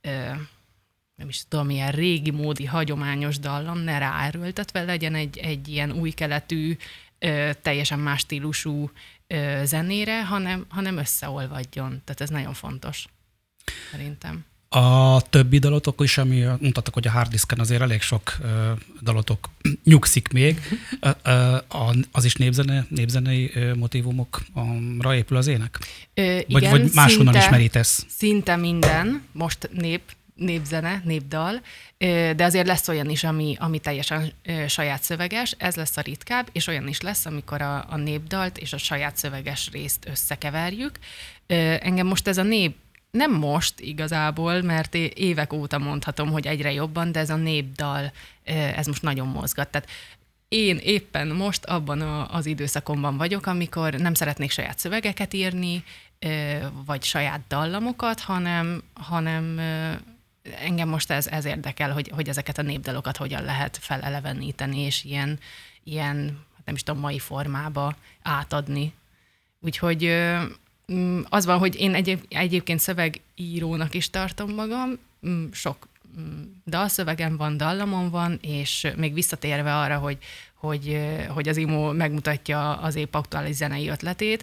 nem is tudom, ilyen régi módi, hagyományos dallam, ne ráerőltetve legyen egy, egy ilyen új keletű, teljesen más stílusú zenére, hanem, hanem összeolvadjon. Tehát ez nagyon fontos, szerintem. A többi dalotok is, ami mutattak, hogy a harddisken azért elég sok uh, dalotok nyugszik még, uh, uh, az is népzene, népzenei uh, motívumokra épül az ének? Ö, vagy, igen, vagy máshonnan szinte, is merítesz? Szinte minden, most nép, népzene, népdal, de azért lesz olyan is, ami, ami teljesen saját szöveges, ez lesz a ritkább, és olyan is lesz, amikor a, a népdalt és a saját szöveges részt összekeverjük. Engem most ez a nép, nem most igazából, mert évek óta mondhatom, hogy egyre jobban, de ez a népdal, ez most nagyon mozgat. Tehát én éppen most abban a, az időszakomban vagyok, amikor nem szeretnék saját szövegeket írni, vagy saját dallamokat, hanem, hanem engem most ez, ez érdekel, hogy, hogy ezeket a népdalokat hogyan lehet feleleveníteni, és ilyen, ilyen, nem is tudom, mai formába átadni. Úgyhogy az van, hogy én egyéb, egyébként szövegírónak is tartom magam, sok dalszövegem van, dallamom van, és még visszatérve arra, hogy, hogy, hogy az Imó megmutatja az épp aktuális zenei ötletét,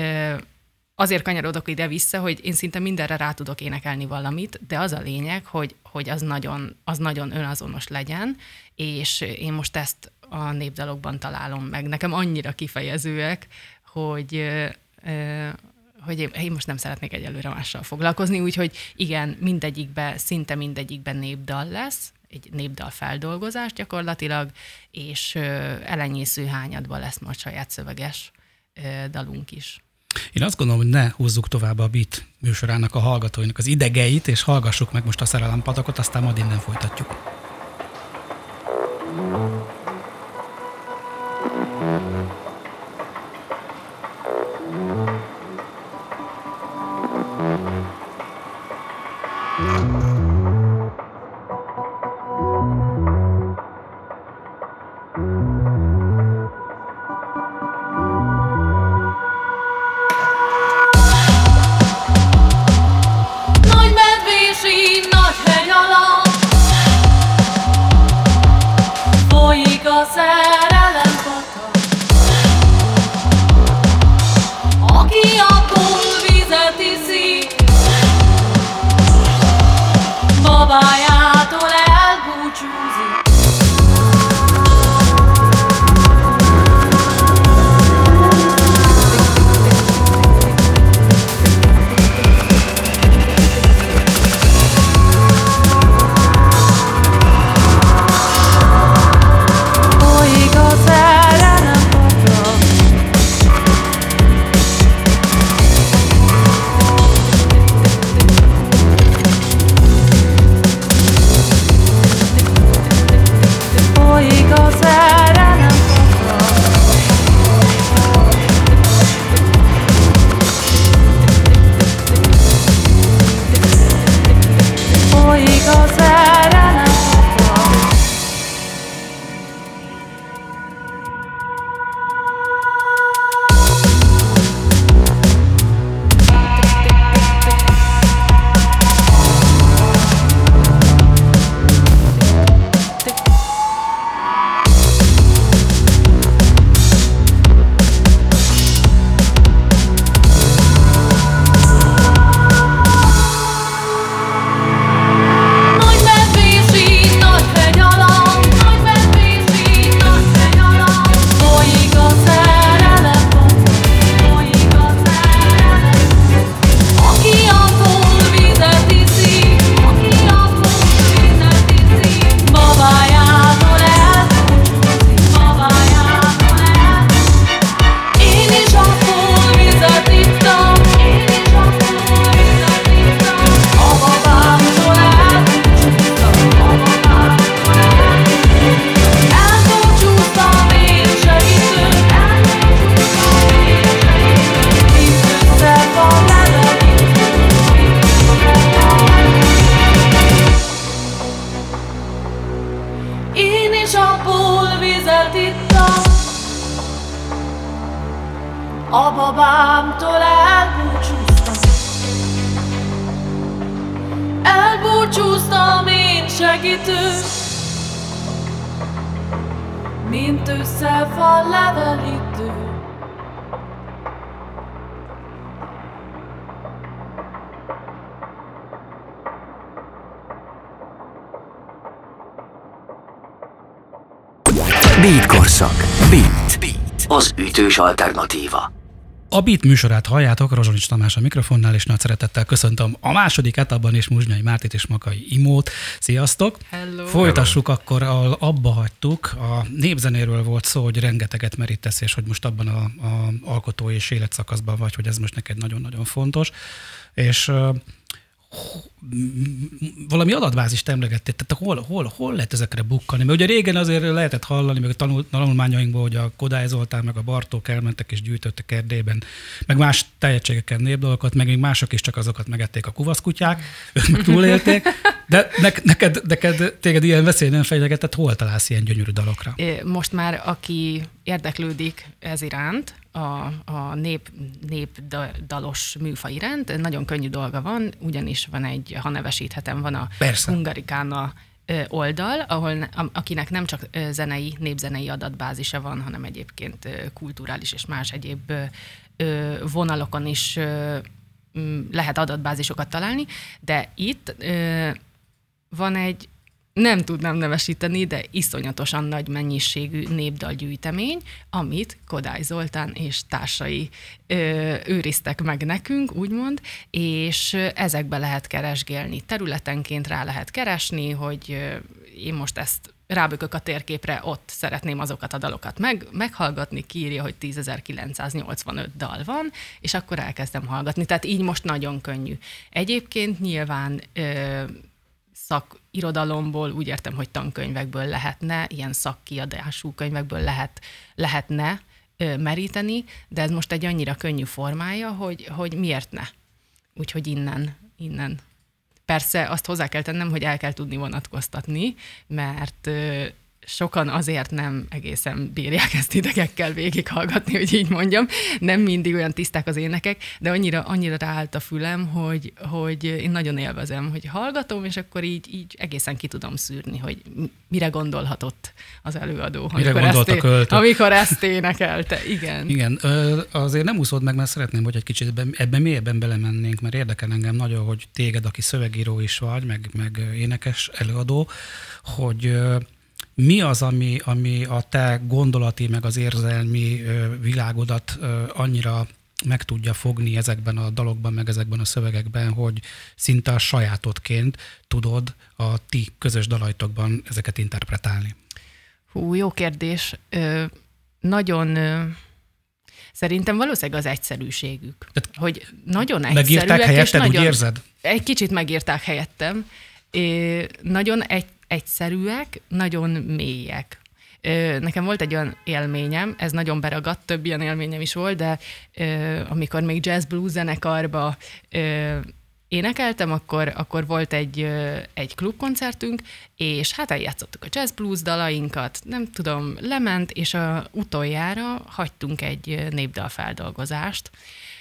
azért kanyarodok ide-vissza, hogy én szinte mindenre rá tudok énekelni valamit, de az a lényeg, hogy, hogy az, nagyon, az nagyon önazonos legyen, és én most ezt a népdalokban találom meg. Nekem annyira kifejezőek, hogy, hogy én most nem szeretnék egyelőre mással foglalkozni, úgyhogy igen, mindegyikben, szinte mindegyikben népdal lesz, egy népdal feldolgozás gyakorlatilag, és elenyésző hányadban lesz majd saját szöveges dalunk is. Én azt gondolom, hogy ne húzzuk tovább a Beat műsorának a hallgatóinak az idegeit, és hallgassuk meg most a szerelempatakot, aztán majd innen folytatjuk. szívemet ittam, a babámtól elbúcsúztam. Elbúcsúztam én segítő, mint összefal levelítő. Beat korszak. Beat. Beat. Az ütős alternatíva. A Beat műsorát halljátok, Rozsonics Tamás a mikrofonnál, és nagy szeretettel köszöntöm a második etapban is Muzsnyai Mártit és Makai Imót. Sziasztok! Hello. Folytassuk akkor, ahol abba hagytuk. A népzenéről volt szó, hogy rengeteget merítesz, és hogy most abban a, a alkotói és életszakaszban vagy, hogy ez most neked nagyon-nagyon fontos. És uh, valami adatbázist emlegettél, tehát hol, hol, hol lehet ezekre bukkani? Mert ugye régen azért lehetett hallani, meg a tanul, tanulmányainkból, hogy a Kodály Zoltán, meg a Bartók elmentek és gyűjtöttek Erdélyben, meg más tehetségeken népdalokat, meg még mások is csak azokat megették a kuvaszkutyák, ők meg túlélték, de ne, neked, neked téged ilyen veszély nem fenyegetett, hol találsz ilyen gyönyörű dalokra? Most már aki érdeklődik ez iránt, a, a nép, népdalos műfaj iránt, nagyon könnyű dolga van, ugyanis van egy, ha nevesíthetem, van a Persze. Hungarikána oldal, ahol akinek nem csak zenei, népzenei adatbázisa van, hanem egyébként kulturális és más egyéb vonalokon is lehet adatbázisokat találni, de itt van egy, nem tudnám nevesíteni, de iszonyatosan nagy mennyiségű népdalgyűjtemény, amit Kodály Zoltán és társai ö, őriztek meg nekünk, úgymond, és ezekbe lehet keresgélni. Területenként rá lehet keresni, hogy ö, én most ezt rábökök a térképre, ott szeretném azokat a dalokat meg, meghallgatni, kiírja, hogy tízezer-kilencszáznyolcvanöt dal van, és akkor elkezdem hallgatni. Tehát így most nagyon könnyű. Egyébként nyilván ö, szakirodalomból, úgy értem, hogy tankönyvekből lehetne, ilyen szakkiadású könyvekből lehet, lehetne ö, meríteni, de ez most egy annyira könnyű formája, hogy, hogy miért ne. Úgyhogy innen, innen. Persze azt hozzá kell tennem, hogy el kell tudni vonatkoztatni, mert ö, sokan azért nem egészen bírják ezt idegekkel végighallgatni, hogy így mondjam. Nem mindig olyan tiszták az énekek, de annyira, annyira ráállt a fülem, hogy, hogy én nagyon élvezem, hogy hallgatom, és akkor így, így egészen ki tudom szűrni, hogy mire gondolhatott az előadó. Mire gondolt a költő. Amikor ezt énekelte, igen. Igen, azért nem úszod meg, mert szeretném, hogy egy kicsit ebben, ebben mélyebben belemennénk, mert érdekel engem nagyon, hogy téged, aki szövegíró is vagy, meg, meg énekes előadó, hogy mi az, ami, ami a te gondolati, meg az érzelmi világodat annyira meg tudja fogni ezekben a dalokban, meg ezekben a szövegekben, hogy szinte a sajátodként tudod a ti közös dalaitokban ezeket interpretálni? Hú, jó kérdés. Ö, nagyon... Ö... Szerintem valószínűleg az egyszerűségük. Tehát hogy nagyon egyszerűek. Megírták helyetted, úgy érzed? Egy kicsit megírták helyettem. É, nagyon egy, egyszerűek, nagyon mélyek. Ö, nekem volt egy olyan élményem, ez nagyon beragadt, több ilyen élményem is volt, de ö, amikor még jazz blues zenekarba ö, énekeltem, akkor, akkor volt egy, ö, egy klubkoncertünk, és hát eljátszottuk a jazz blues dalainkat, nem tudom, lement, és a utoljára hagytunk egy népdalfeldolgozást.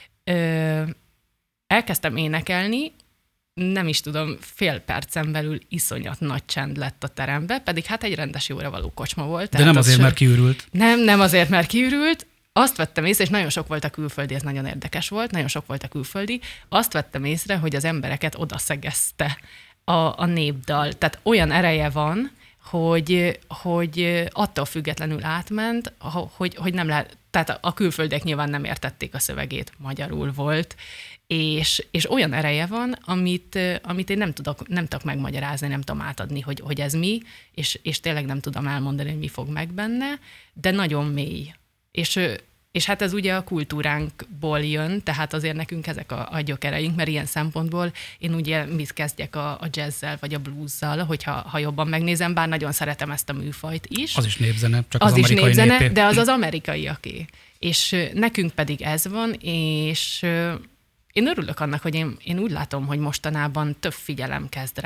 Ö, elkezdtem énekelni, nem is tudom, fél percen belül iszonyat nagy csend lett a terembe, pedig hát egy rendes jóra való kocsma volt. De nem azért, sem... mert kiürült. Nem, nem azért, mert kiürült. Azt vettem észre, és nagyon sok volt a külföldi, ez nagyon érdekes volt, nagyon sok volt a külföldi, azt vettem észre, hogy az embereket odaszegezte a, a népdal. Tehát olyan ereje van, hogy, hogy attól függetlenül átment, hogy, hogy nem lehet, tehát a külföldiek nyilván nem értették a szövegét, magyarul volt, És, és olyan ereje van, amit, amit én nem tudok, nem tudok megmagyarázni, nem tudom átadni, hogy, hogy ez mi, és, és tényleg nem tudom elmondani, hogy mi fog meg benne, de nagyon mély. És, és hát ez ugye a kultúránkból jön, tehát azért nekünk ezek a, a gyökereink, mert ilyen szempontból én ugye mit kezdjek a, a jazzzel, vagy a bluesszal, hogyha ha jobban megnézem, bár nagyon szeretem ezt a műfajt is. Az is népzene, csak az, az az amerikai is népzene, népé. De az az amerikaiaké. És nekünk pedig ez van, és én örülök annak, hogy én, én úgy látom, hogy mostanában több figyelem kezd rá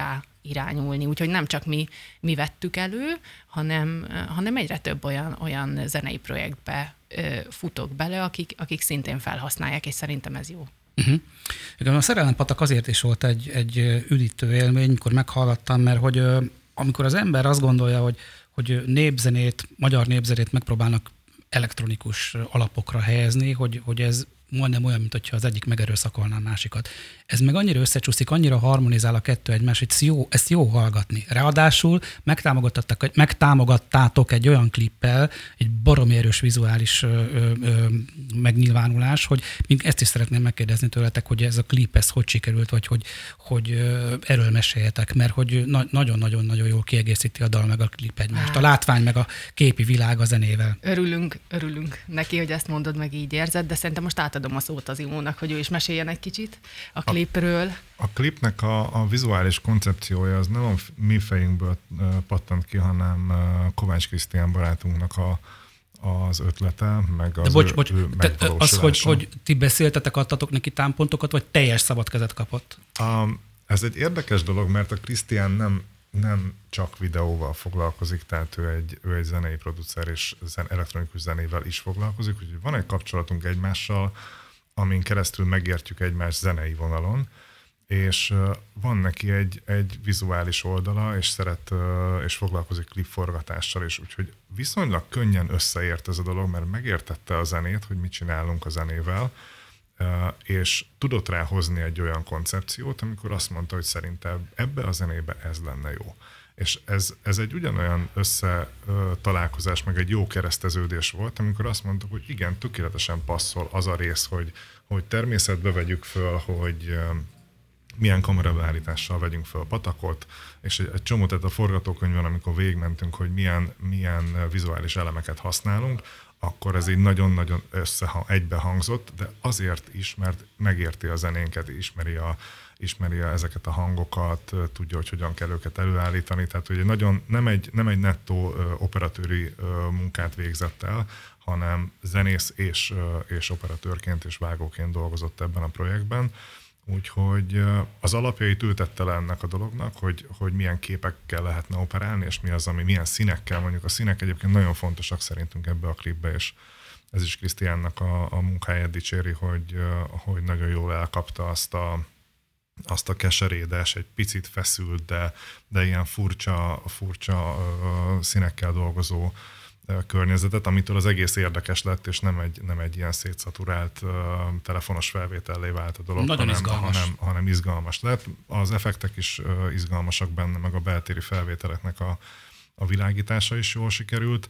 irányulni. Úgyhogy nem csak mi, mi vettük elő, hanem, hanem egyre több olyan, olyan zenei projektbe futok bele, akik, akik szintén felhasználják, és szerintem ez jó. Uh-huh. Igen, a Szerelempatak azért is volt egy, egy üdítő élmény, amikor meghallgattam, mert hogy amikor az ember azt gondolja, hogy, hogy népzenét, magyar népzenét megpróbálnak elektronikus alapokra helyezni, hogy, hogy ez majdnem olyan, mint hogyha az egyik megerőszakolná a másikat. Ez meg annyira összecsúszik, annyira harmonizál a kettő egymás, hogy jó, ezt jó hallgatni. Ráadásul megtámogattattak, megtámogattátok egy olyan klippel, egy baromi erős vizuális ö, ö, megnyilvánulás, hogy ezt is szeretném megkérdezni tőletek, hogy ez a klip, ez hogy sikerült, vagy hogy, hogy ö, erről meséljetek, mert hogy na- nagyon-nagyon-nagyon jól kiegészíti a dal meg a klip egymást. A látvány meg a képi világ a zenével. Örülünk, örülünk neki, hogy ezt mondod, meg így érzed, de szerintem most átadom a szót az Imónak, hogy ő is meséljen egy kicsit a klipről. A, a klipnek a, a vizuális koncepciója az nem a mi fejünkből pattant ki, hanem Kovács Krisztián barátunknak a, az ötlete, meg az de bocs, ő, bocs, ő te, az, hogy, hogy ti beszéltetek, adtatok neki támpontokat, vagy teljes szabad kezet kapott? Um, ez egy érdekes dolog, mert a Krisztián nem, nem csak videóval foglalkozik, tehát ő egy, ő egy zenei producer, és zen, elektronikus zenével is foglalkozik, úgyhogy van egy kapcsolatunk egymással, amin keresztül megértjük egymás zenei vonalon, és van neki egy, egy vizuális oldala, és szeret, és foglalkozik klipforgatással is, úgyhogy viszonylag könnyen összeért ez a dolog, mert megértette a zenét, hogy mit csinálunk a zenével, és tudott rá hozni egy olyan koncepciót, amikor azt mondta, hogy szerintem ebbe a zenébe ez lenne jó. És ez, ez egy ugyanolyan összetalálkozás, meg egy jó kereszteződés volt, amikor azt mondtuk, hogy igen, tökéletesen passzol az a rész, hogy, hogy természetbe vegyük föl, hogy milyen kamerabeállítással vegyünk föl patakot, és egy, egy csomó, tehát a forgatókönyvben, amikor végigmentünk, hogy milyen, milyen vizuális elemeket használunk, akkor ez így nagyon-nagyon összehang, egybehangzott, de azért is, mert megérti a zenénket, ismeri, a, ismeri a, ezeket a hangokat, tudja, hogy hogyan kell őket előállítani, tehát ugye nagyon, nem egy, nem egy nettó ö, operatőri ö, munkát végzett el, hanem zenész és, ö, és operatőrként és vágóként dolgozott ebben a projektben. Úgyhogy az alapjait ültette le ennek a dolognak, hogy, hogy milyen képekkel lehetne operálni, és mi az, ami milyen színekkel, mondjuk a színek egyébként nagyon fontosak szerintünk ebbe a klipbe, és ez is Krisztiánnak a, a munkáját dicséri, hogy, hogy nagyon jól elkapta azt a, azt a keserédes, egy picit feszült, de, de ilyen furcsa, furcsa színekkel dolgozó környezetet, amitől az egész érdekes lett, és nem egy, nem egy ilyen szétszaturált uh, telefonos felvétellé vált a dolog, Nagyon hanem, izgalmas. hanem, hanem izgalmas lett. Az effektek is uh, izgalmasak benne, meg a beltéri felvételeknek a, a világítása is jól sikerült.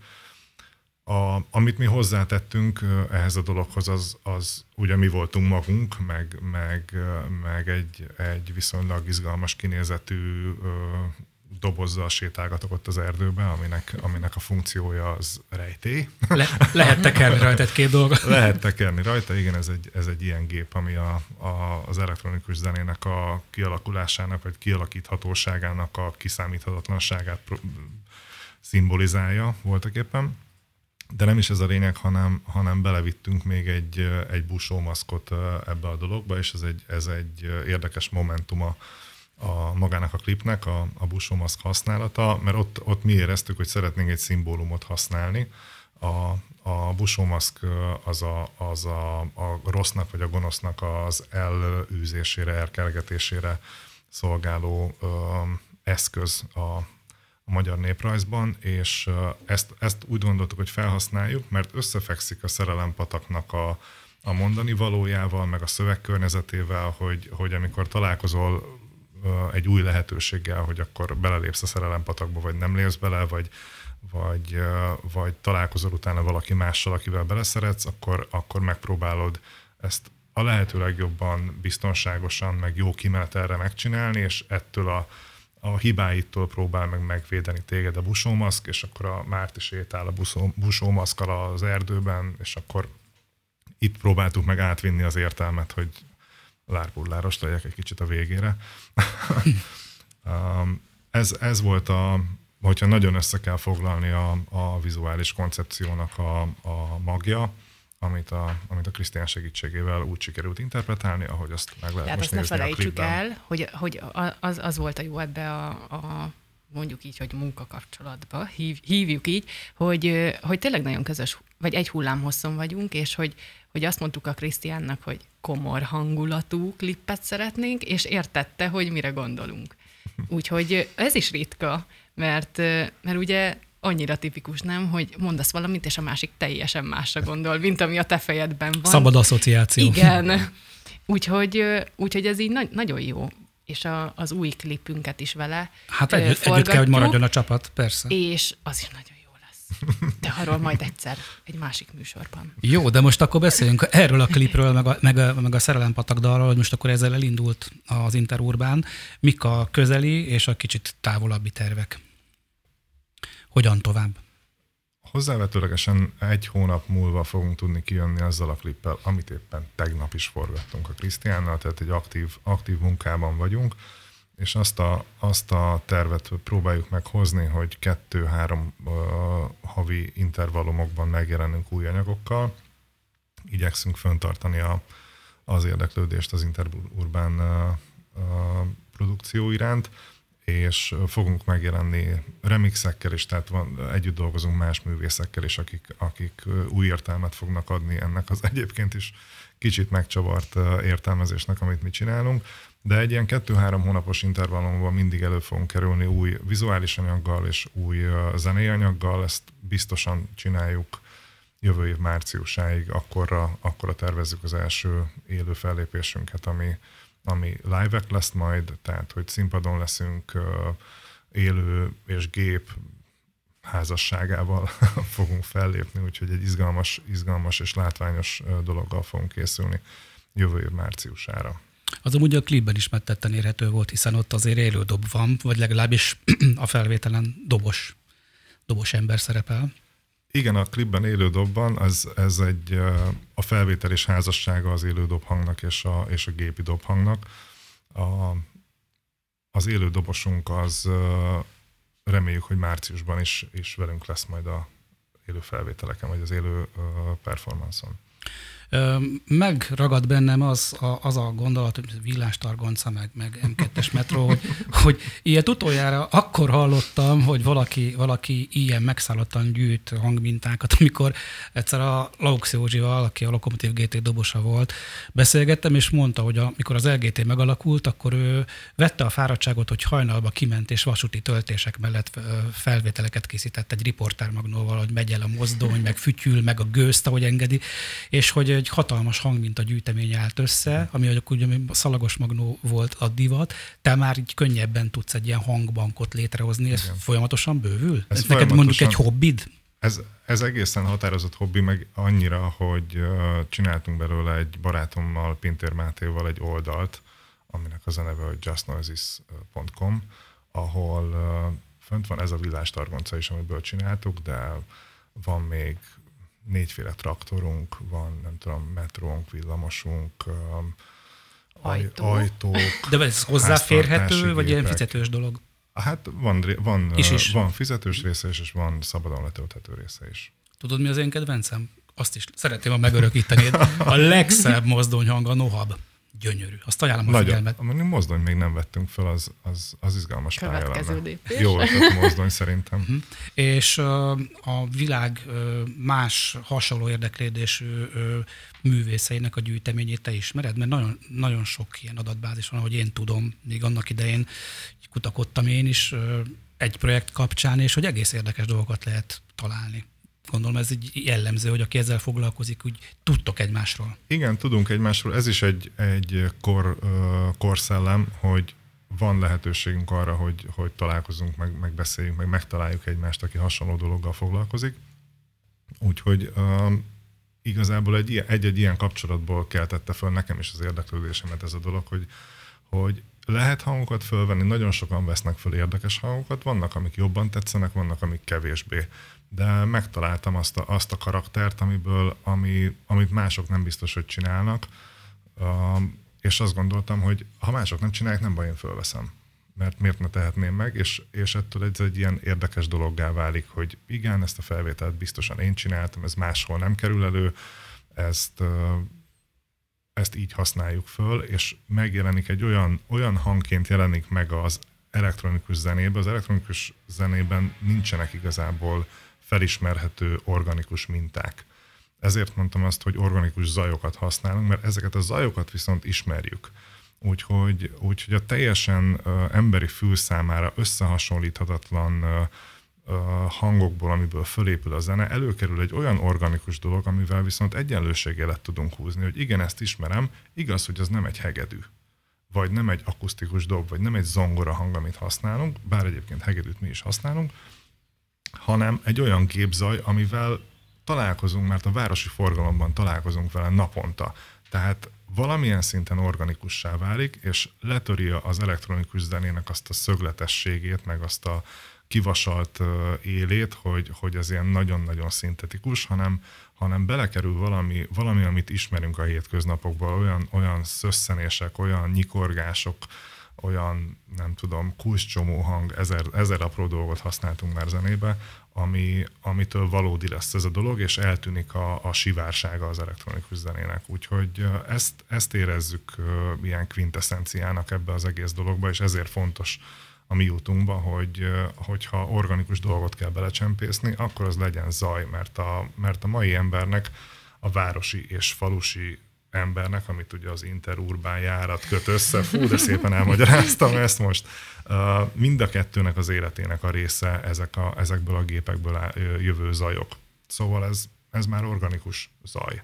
A, amit mi hozzátettünk uh, ehhez a dologhoz, az, az ugye mi voltunk magunk, meg, meg, uh, meg egy, egy viszonylag izgalmas kinézetű uh, dobozzal sétálgatok ott az erdőben, aminek, aminek a funkciója az rejtély. Le, lehet tekerni rajta egy-két dolgot. Lehet tekerni rajta, igen, ez egy, ez egy ilyen gép, ami a, a, az elektronikus zenének a kialakulásának, vagy kialakíthatóságának a kiszámíthatatlanságát pro, szimbolizálja voltak éppen. De nem is ez a lényeg, hanem, hanem belevittünk még egy, egy busómaszkot ebbe a dologba, és ez egy, ez egy érdekes momentuma a magának a klipnek, a, a busómaszk használata, mert ott, ott mi éreztük, hogy szeretnénk egy szimbólumot használni. A, a busómaszk az, a, az a, a rossznak vagy a gonosznak az elűzésére, elkergetésére szolgáló ö, eszköz a, a magyar néprajzban, és ezt, ezt úgy gondoltuk, hogy felhasználjuk, mert összefekszik a Szerelempataknak a, a mondani valójával, meg a szövegkörnyezetével, hogy, hogy amikor találkozol egy új lehetőséggel, hogy akkor belelépsz a Szerelempatakba, vagy nem lépsz bele, vagy, vagy, vagy találkozol utána valaki mással, akivel beleszeretsz, akkor, akkor megpróbálod ezt a lehető legjobban, biztonságosan, meg jó kimenetelre megcsinálni, és ettől a, a hibáitól próbál meg megvédeni téged a busómaszk, és akkor a Márti sétál a buszó, busómaszkkal az erdőben, és akkor itt próbáltuk meg átvinni az értelmet, hogy lárpulláros legyek egy kicsit a végére. ez, ez volt a, hogyha nagyon össze kell foglalni a, a vizuális koncepciónak a, a magja, amit a, amit a Krisztián segítségével úgy sikerült interpretálni, ahogy azt meg lehet Tehát most azt ne nézni a felejtsük klipben. el, hogy, hogy az, az volt a jó ebbe a, a mondjuk így, hogy munkakapcsolatba, hív, hívjuk így, hogy, hogy tényleg nagyon közös, vagy egy hullámhosszon vagyunk, és hogy, hogy azt mondtuk a Krisztiánnak, hogy komor hangulatú klippet szeretnénk, és értette, hogy mire gondolunk. Úgyhogy ez is ritka, mert, mert ugye annyira tipikus, nem, hogy mondasz valamit, és a másik teljesen másra gondol, mint ami a te fejedben van. Szabad asszociáció. Igen. Úgyhogy, úgyhogy ez így na- nagyon jó. És a, az új klipünket is vele Hát együtt, együtt kell, hogy maradjon a csapat, persze. És az is nagyon jó lesz. De arról majd egyszer egy másik műsorban. Jó, de most akkor beszéljünk erről a klipről, meg a, meg a, meg a Szerelempatak dalról, hogy most akkor ezzel elindult az Interurbán. Mik a közeli és a kicsit távolabbi tervek? Hogyan tovább? Hozzávetőlegesen egy hónap múlva fogunk tudni kijönni azzal a klippel, amit éppen tegnap is forgattunk a Krisztiánnal, tehát egy aktív, aktív munkában vagyunk, és azt a, azt a tervet próbáljuk meghozni, hogy kettő-három uh, havi intervallumokban megjelenünk új anyagokkal. Igyekszünk fenntartani a, az érdeklődést az Interurbán uh, uh, produkció iránt, és fogunk megjelenni remixekkel is, tehát van, együtt dolgozunk más művészekkel is, akik, akik új értelmet fognak adni ennek az egyébként is kicsit megcsavart értelmezésnek, amit mi csinálunk, de egy ilyen kettő-három hónapos intervallumban mindig elő fogunk kerülni új vizuális anyaggal és új zenei anyaggal, ezt biztosan csináljuk jövő év márciusáig, akkorra, akkorra tervezzük az első élő fellépésünket, ami ami live-ek lesz majd, tehát hogy színpadon leszünk, élő és gép házasságával fogunk fellépni, úgyhogy egy izgalmas, izgalmas és látványos dologgal fogunk készülni jövő év márciusára. Az amúgy a klipben is tetten érhető volt, hiszen ott azért élő dob van, vagy legalábbis a felvételen dobos, dobos ember szerepel. Igen, a klipben élő dobban, az, ez egy, a felvétel és házassága az élő dobhangnak és a, és a gépi dobhangnak. A, az élő dobosunk az reméljük, hogy márciusban is, is velünk lesz majd a élő felvételeken, vagy az élő performance-on. Megragad bennem az a, az a gondolat, hogy villástargonca, meg, meg em kettes metró, hogy, hogy ilyet utoljára akkor hallottam, hogy valaki, valaki ilyen megszállottan gyűjt hangmintákat, amikor egyszer a Laux Józsival, aki a Lokomotív gé té dobosa volt, beszélgettem, és mondta, hogy amikor az el gé té megalakult, akkor ő vette a fáradtságot, hogy hajnalba kiment, és vasúti töltések mellett felvételeket készített egy riportermagnóval, hogy megy el a mozdony, meg fütyül, meg a gőzt, ahogy engedi, és hogy egy hatalmas hangminta gyűjtemény állt össze, ami ugye a szalagos magnó volt a divat, te már így könnyebben tudsz egy ilyen hangbankot létrehozni, ez Igen. Folyamatosan bővül? Ez Neked folyamatosan... mondjuk egy hobbid? Ez, ez egészen határozott hobbi, meg annyira, hogy uh, csináltunk belőle egy barátommal, Pintér Mátéval egy oldalt, aminek az a neve, hogy just noises pont com, ahol uh, fönt van ez a villástargonca is, amiből csináltuk, de van még négyféle traktorunk, van, nem tudom, metrónk, villamosunk, um, Ajtó. ajtók. De ez hozzáférhető, háztartási vagy ilyen gépek. fizetős dolog? Hát van, van, Is is. van fizetős része is, és van szabadon letölthető része is. Tudod, mi az én kedvencem? Azt is szeretném, ha megörökíteni. A legszebb mozdonyhang a Nohab. Gyönyörű. Azt ajánlom a Nagyon. figyelmet. A mozdony még nem vettünk fel, az, az, az izgalmas pálya Következő lenne. lépés. Jó ötlet mozdony szerintem. És uh, a világ uh, más hasonló érdeklődésű uh, művészeinek a gyűjteményét te ismered? Mert nagyon, nagyon sok ilyen adatbázis van, ahogy én tudom, még annak idején kutakodtam én is uh, egy projekt kapcsán, és hogy egész érdekes dolgokat lehet találni. Gondolom ez egy jellemző, hogy aki ezzel foglalkozik, úgy tudtok egymásról. Igen, tudunk egymásról. Ez is egy, egy kor, uh, korszellem, hogy van lehetőségünk arra, hogy, hogy találkozunk, meg, megbeszéljünk, meg megtaláljuk egymást, aki hasonló dologgal foglalkozik. Úgyhogy um, igazából egy, egy-egy ilyen kapcsolatból keltette föl nekem is az érdeklődésemet ez a dolog, hogy, hogy lehet hangokat fölvenni, nagyon sokan vesznek föl érdekes hangokat, vannak, amik jobban tetszenek, vannak, amik kevésbé. De megtaláltam azt a, azt a karaktert, amiből, ami, amit mások nem biztos, hogy csinálnak, um, és azt gondoltam, hogy ha mások nem csinálják, nem baj, én fölveszem. Mert miért ne tehetném meg, és, és ettől ez egy ilyen érdekes dologgá válik, hogy igen, ezt a felvételt biztosan én csináltam, ez máshol nem kerül elő, ezt, ezt így használjuk föl, és megjelenik egy olyan, olyan hangként jelenik meg az elektronikus zenében. Az elektronikus zenében nincsenek igazából felismerhető organikus minták. Ezért mondtam azt, hogy organikus zajokat használunk, mert ezeket a zajokat viszont ismerjük. Úgyhogy, úgyhogy a teljesen uh, emberi fül számára összehasonlíthatatlan uh, uh, hangokból, amiből fölépül a zene, előkerül egy olyan organikus dolog, amivel viszont egyenlőségjelet tudunk húzni, hogy igen, ezt ismerem, igaz, hogy az nem egy hegedű, vagy nem egy akusztikus dob, vagy nem egy zongora hang, amit használunk, bár egyébként hegedűt mi is használunk, hanem egy olyan gépzaj, amivel találkozunk, mert a városi forgalomban találkozunk vele naponta. Tehát valamilyen szinten organikussá válik, és letöri az elektronikus zenének azt a szögletességét, meg azt a kivasalt élét, hogy, hogy ez ilyen nagyon-nagyon szintetikus, hanem, hanem belekerül valami, valami, amit ismerünk a hétköznapokból, olyan, olyan szösszenések, olyan nyikorgások, olyan, nem tudom, kulcscsomó hang, ezer, ezer apró dolgot használtunk már zenébe, ami, amitől valódi lesz ez a dolog, és eltűnik a, a sivársága az elektronikus zenének. Úgyhogy ezt, ezt érezzük ilyen quintessenciának ebbe az egész dologba, és ezért fontos a mi útunkba, hogy hogyha organikus dolgot kell belecsempészni, akkor az legyen zaj, mert a, mert a mai embernek, a városi és falusi embernek, amit ugye az interurbán járat köt össze, fú, de szépen elmagyaráztam ezt most. Mind a kettőnek az életének a része ezek a, ezekből a gépekből jövő zajok. Szóval ez, ez már organikus zaj.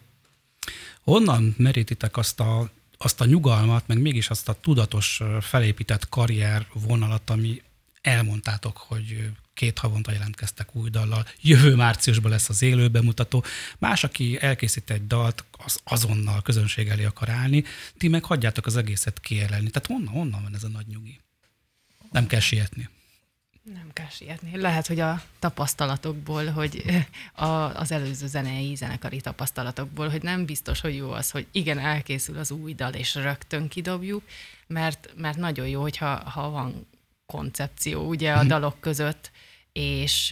Honnan merítitek azt a, azt a nyugalmat, meg mégis azt a tudatos felépített karrier vonalat, ami elmondtátok, hogy két havonta jelentkeztek új dallal, jövő márciusban lesz az élő bemutató, más, aki elkészít egy dalt, az azonnal közönség elé akar állni, ti meg hagyjátok az egészet kiérlelni. Tehát honnan, honnan van ez a nagy nyugi? Nem kell sietni. Nem kell sietni. Lehet, hogy a tapasztalatokból, hogy a, az előző zenei, zenekari tapasztalatokból, hogy nem biztos, hogy jó az, hogy igen, elkészül az új dal, és rögtön kidobjuk, mert, mert nagyon jó, hogyha ha van koncepció ugye a dalok között, és,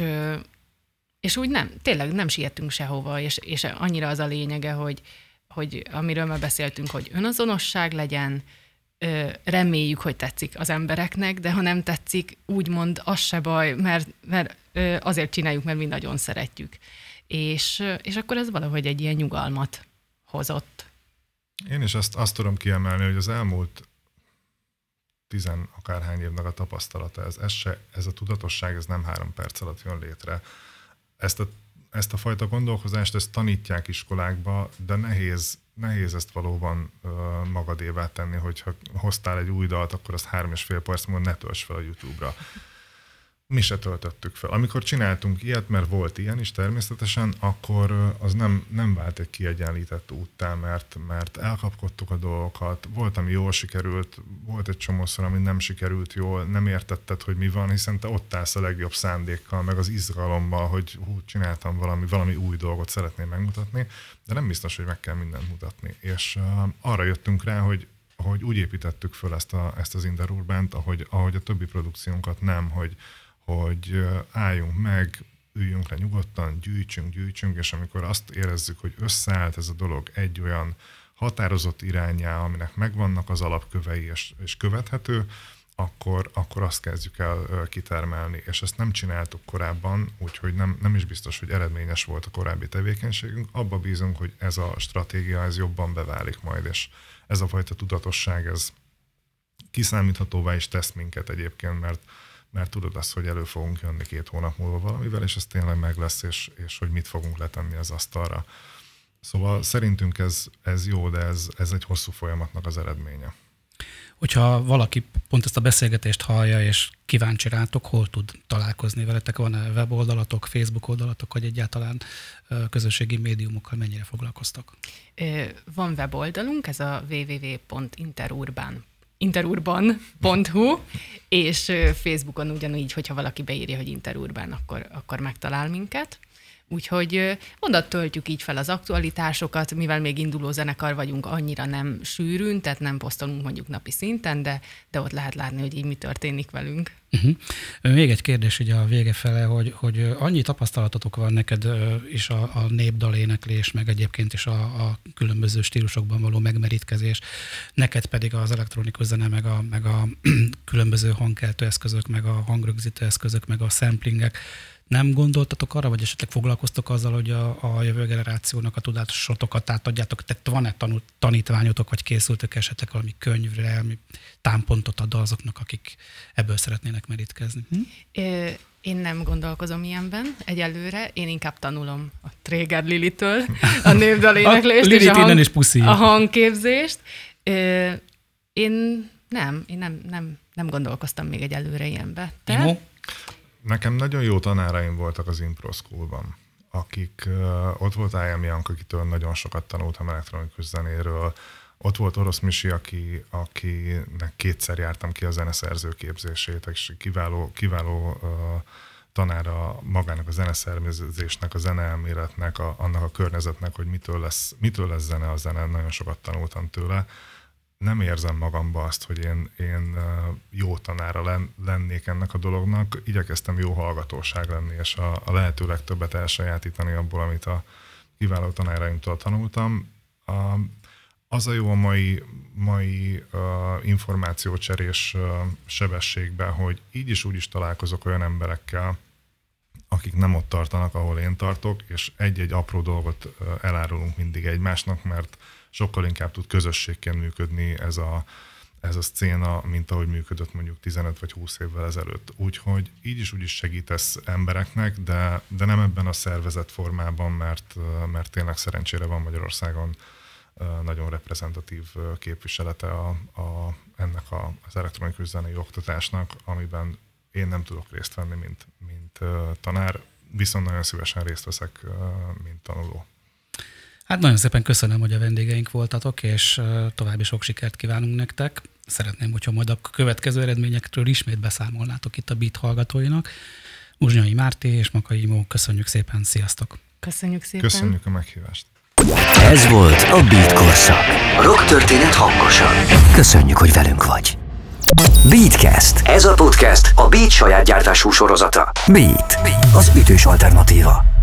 és úgy nem, tényleg nem sietünk sehova, és, és annyira az a lényege, hogy, hogy amiről már beszéltünk, hogy önazonosság legyen, reméljük, hogy tetszik az embereknek, de ha nem tetszik, úgymond az se baj, mert, mert azért csináljuk, mert mi nagyon szeretjük. És, és akkor ez valahogy egy ilyen nyugalmat hozott. Én is azt, azt tudom kiemelni, hogy az elmúlt tizen akárhány évnek a tapasztalata, ez, ez, se, ez a tudatosság, ez nem három perc alatt jön létre. Ezt a, ezt a fajta gondolkozást, ezt tanítják iskolákba, de nehéz, nehéz ezt valóban ö, magadévá tenni, hogyha hoztál egy új dalt, akkor azt három és fél perc múlva ne tölts fel a YouTube-ra. Mi se töltöttük fel. Amikor csináltunk ilyet, mert volt ilyen is természetesen, akkor az nem, nem vált egy kiegyenlített úttá, mert, mert elkapkodtuk a dolgokat, volt, ami jól sikerült, volt egy csomószor, ami nem sikerült jól, nem értetted, hogy mi van, hiszen te ott állsz a legjobb szándékkal, meg az izgalommal, hogy hú, csináltam valami, valami új dolgot, szeretném megmutatni, de nem biztos, hogy meg kell mindent mutatni. És uh, arra jöttünk rá, hogy hogy úgy építettük föl ezt, a, ezt az Interurbánt, ahogy, ahogy a többi produkciónkat nem, hogy hogy álljunk meg, üljünk le nyugodtan, gyűjtsünk, gyűjtsünk, és amikor azt érezzük, hogy összeállt ez a dolog egy olyan határozott irányá, aminek megvannak az alapkövei és, és követhető, akkor, akkor azt kezdjük el kitermelni. És ezt nem csináltuk korábban, úgyhogy nem, nem is biztos, hogy eredményes volt a korábbi tevékenységünk. Abba bízunk, hogy ez a stratégia ez jobban beválik majd, és ez a fajta tudatosság, ez kiszámíthatóvá is tesz minket egyébként, mert mert tudod azt, hogy elő fogunk jönni két hónap múlva valamivel, és ez tényleg meg lesz, és, és hogy mit fogunk letenni az asztalra. Szóval szerintünk ez, ez jó, de ez, ez egy hosszú folyamatnak az eredménye. Hogyha valaki pont ezt a beszélgetést hallja, és kíváncsi rátok, hol tud találkozni veletek? Van-e weboldalatok, Facebook oldalatok, vagy egyáltalán közösségi médiumokkal mennyire foglalkoztok? Van weboldalunk, ez a double-u double-u double-u pont interurban interurban pont hu, és Facebookon ugyanúgy, hogyha valaki beírja, hogy Interurban, akkor, akkor megtalál minket. Úgyhogy onnan töltjük így fel az aktualitásokat, mivel még induló zenekar vagyunk, annyira nem sűrűn, tehát nem posztolunk mondjuk napi szinten, de, de ott lehet látni, hogy így mi történik velünk. Uh-huh. Még egy kérdés ugye a vége fele, hogy, hogy annyi tapasztalatotok van neked is a, a népdaléneklés, meg egyébként is a, a különböző stílusokban való megmerítkezés, neked pedig az elektronikus zene, meg a, meg a különböző hangkeltő eszközök, meg a hangrögzítő eszközök, meg a samplingek. Nem gondoltatok arra, vagy esetleg foglalkoztok azzal, hogy a, a jövő generációnak a tudásotokat átadjátok? Tehát van-e tanult, tanítványotok, vagy készültök esetleg valami könyvre, ami támpontot ad azoknak, akik ebből szeretnének merítkezni? Hm? Én nem gondolkozom ilyenben egyelőre, én inkább tanulom a Tréger Lilitől a népdaléneklést és a, hang, is a hangképzést. Én nem, én nem, nem, nem gondolkoztam még egyelőre ilyenbe. Te? Imo? Nekem nagyon jó tanáraim voltak az Impro Schoolban, akik, uh, ott volt I M Young, akitől nagyon sokat tanultam elektronikus zenéről, ott volt Orosz Misi, aki, akinek kétszer jártam ki a zeneszerző képzését, és kiváló, kiváló uh, tanára magának a zeneszervezésnek, a zeneelméletnek, a, annak a környezetnek, hogy mitől lesz, mitől lesz zene a zene, nagyon sokat tanultam tőle. Nem érzem magamba azt, hogy én, én jó tanára lennék ennek a dolognak. Igyekeztem jó hallgatóság lenni, és a, a lehető legtöbbet elsajátítani abból, amit a kiváló tanáraimtól tanultam. A, az a jó a mai, mai uh, információcserés uh, sebességben, hogy így is úgy is találkozok olyan emberekkel, akik nem ott tartanak, ahol én tartok, és egy-egy apró dolgot uh, elárulunk mindig egymásnak, mert sokkal inkább tud közösségként működni ez a, ez a szcéna, mint ahogy működött mondjuk tizenöt vagy húsz évvel ezelőtt. Úgyhogy így is úgy is segítesz embereknek, de, de nem ebben a szervezett formában, mert, mert tényleg szerencsére van Magyarországon nagyon reprezentatív képviselete a, a, ennek a, az elektronikus zenei oktatásnak, amiben én nem tudok részt venni, mint, mint tanár, viszont nagyon szívesen részt veszek, mint tanuló. Hát nagyon szépen köszönöm, hogy a vendégeink voltatok, és további sok sikert kívánunk nektek. Szeretném, hogyha majd a következő eredményekről ismét beszámolnátok itt a Beat hallgatóinak. Muzsnyai Márti és Makai Imó, köszönjük szépen, sziasztok! Köszönjük szépen! Köszönjük a meghívást! Ez volt a Beat korszak. Rock történet hangosan. Köszönjük, hogy velünk vagy. Beatcast. Ez a podcast a Beat saját gyártású sorozata. Beat, az ütős alternatíva.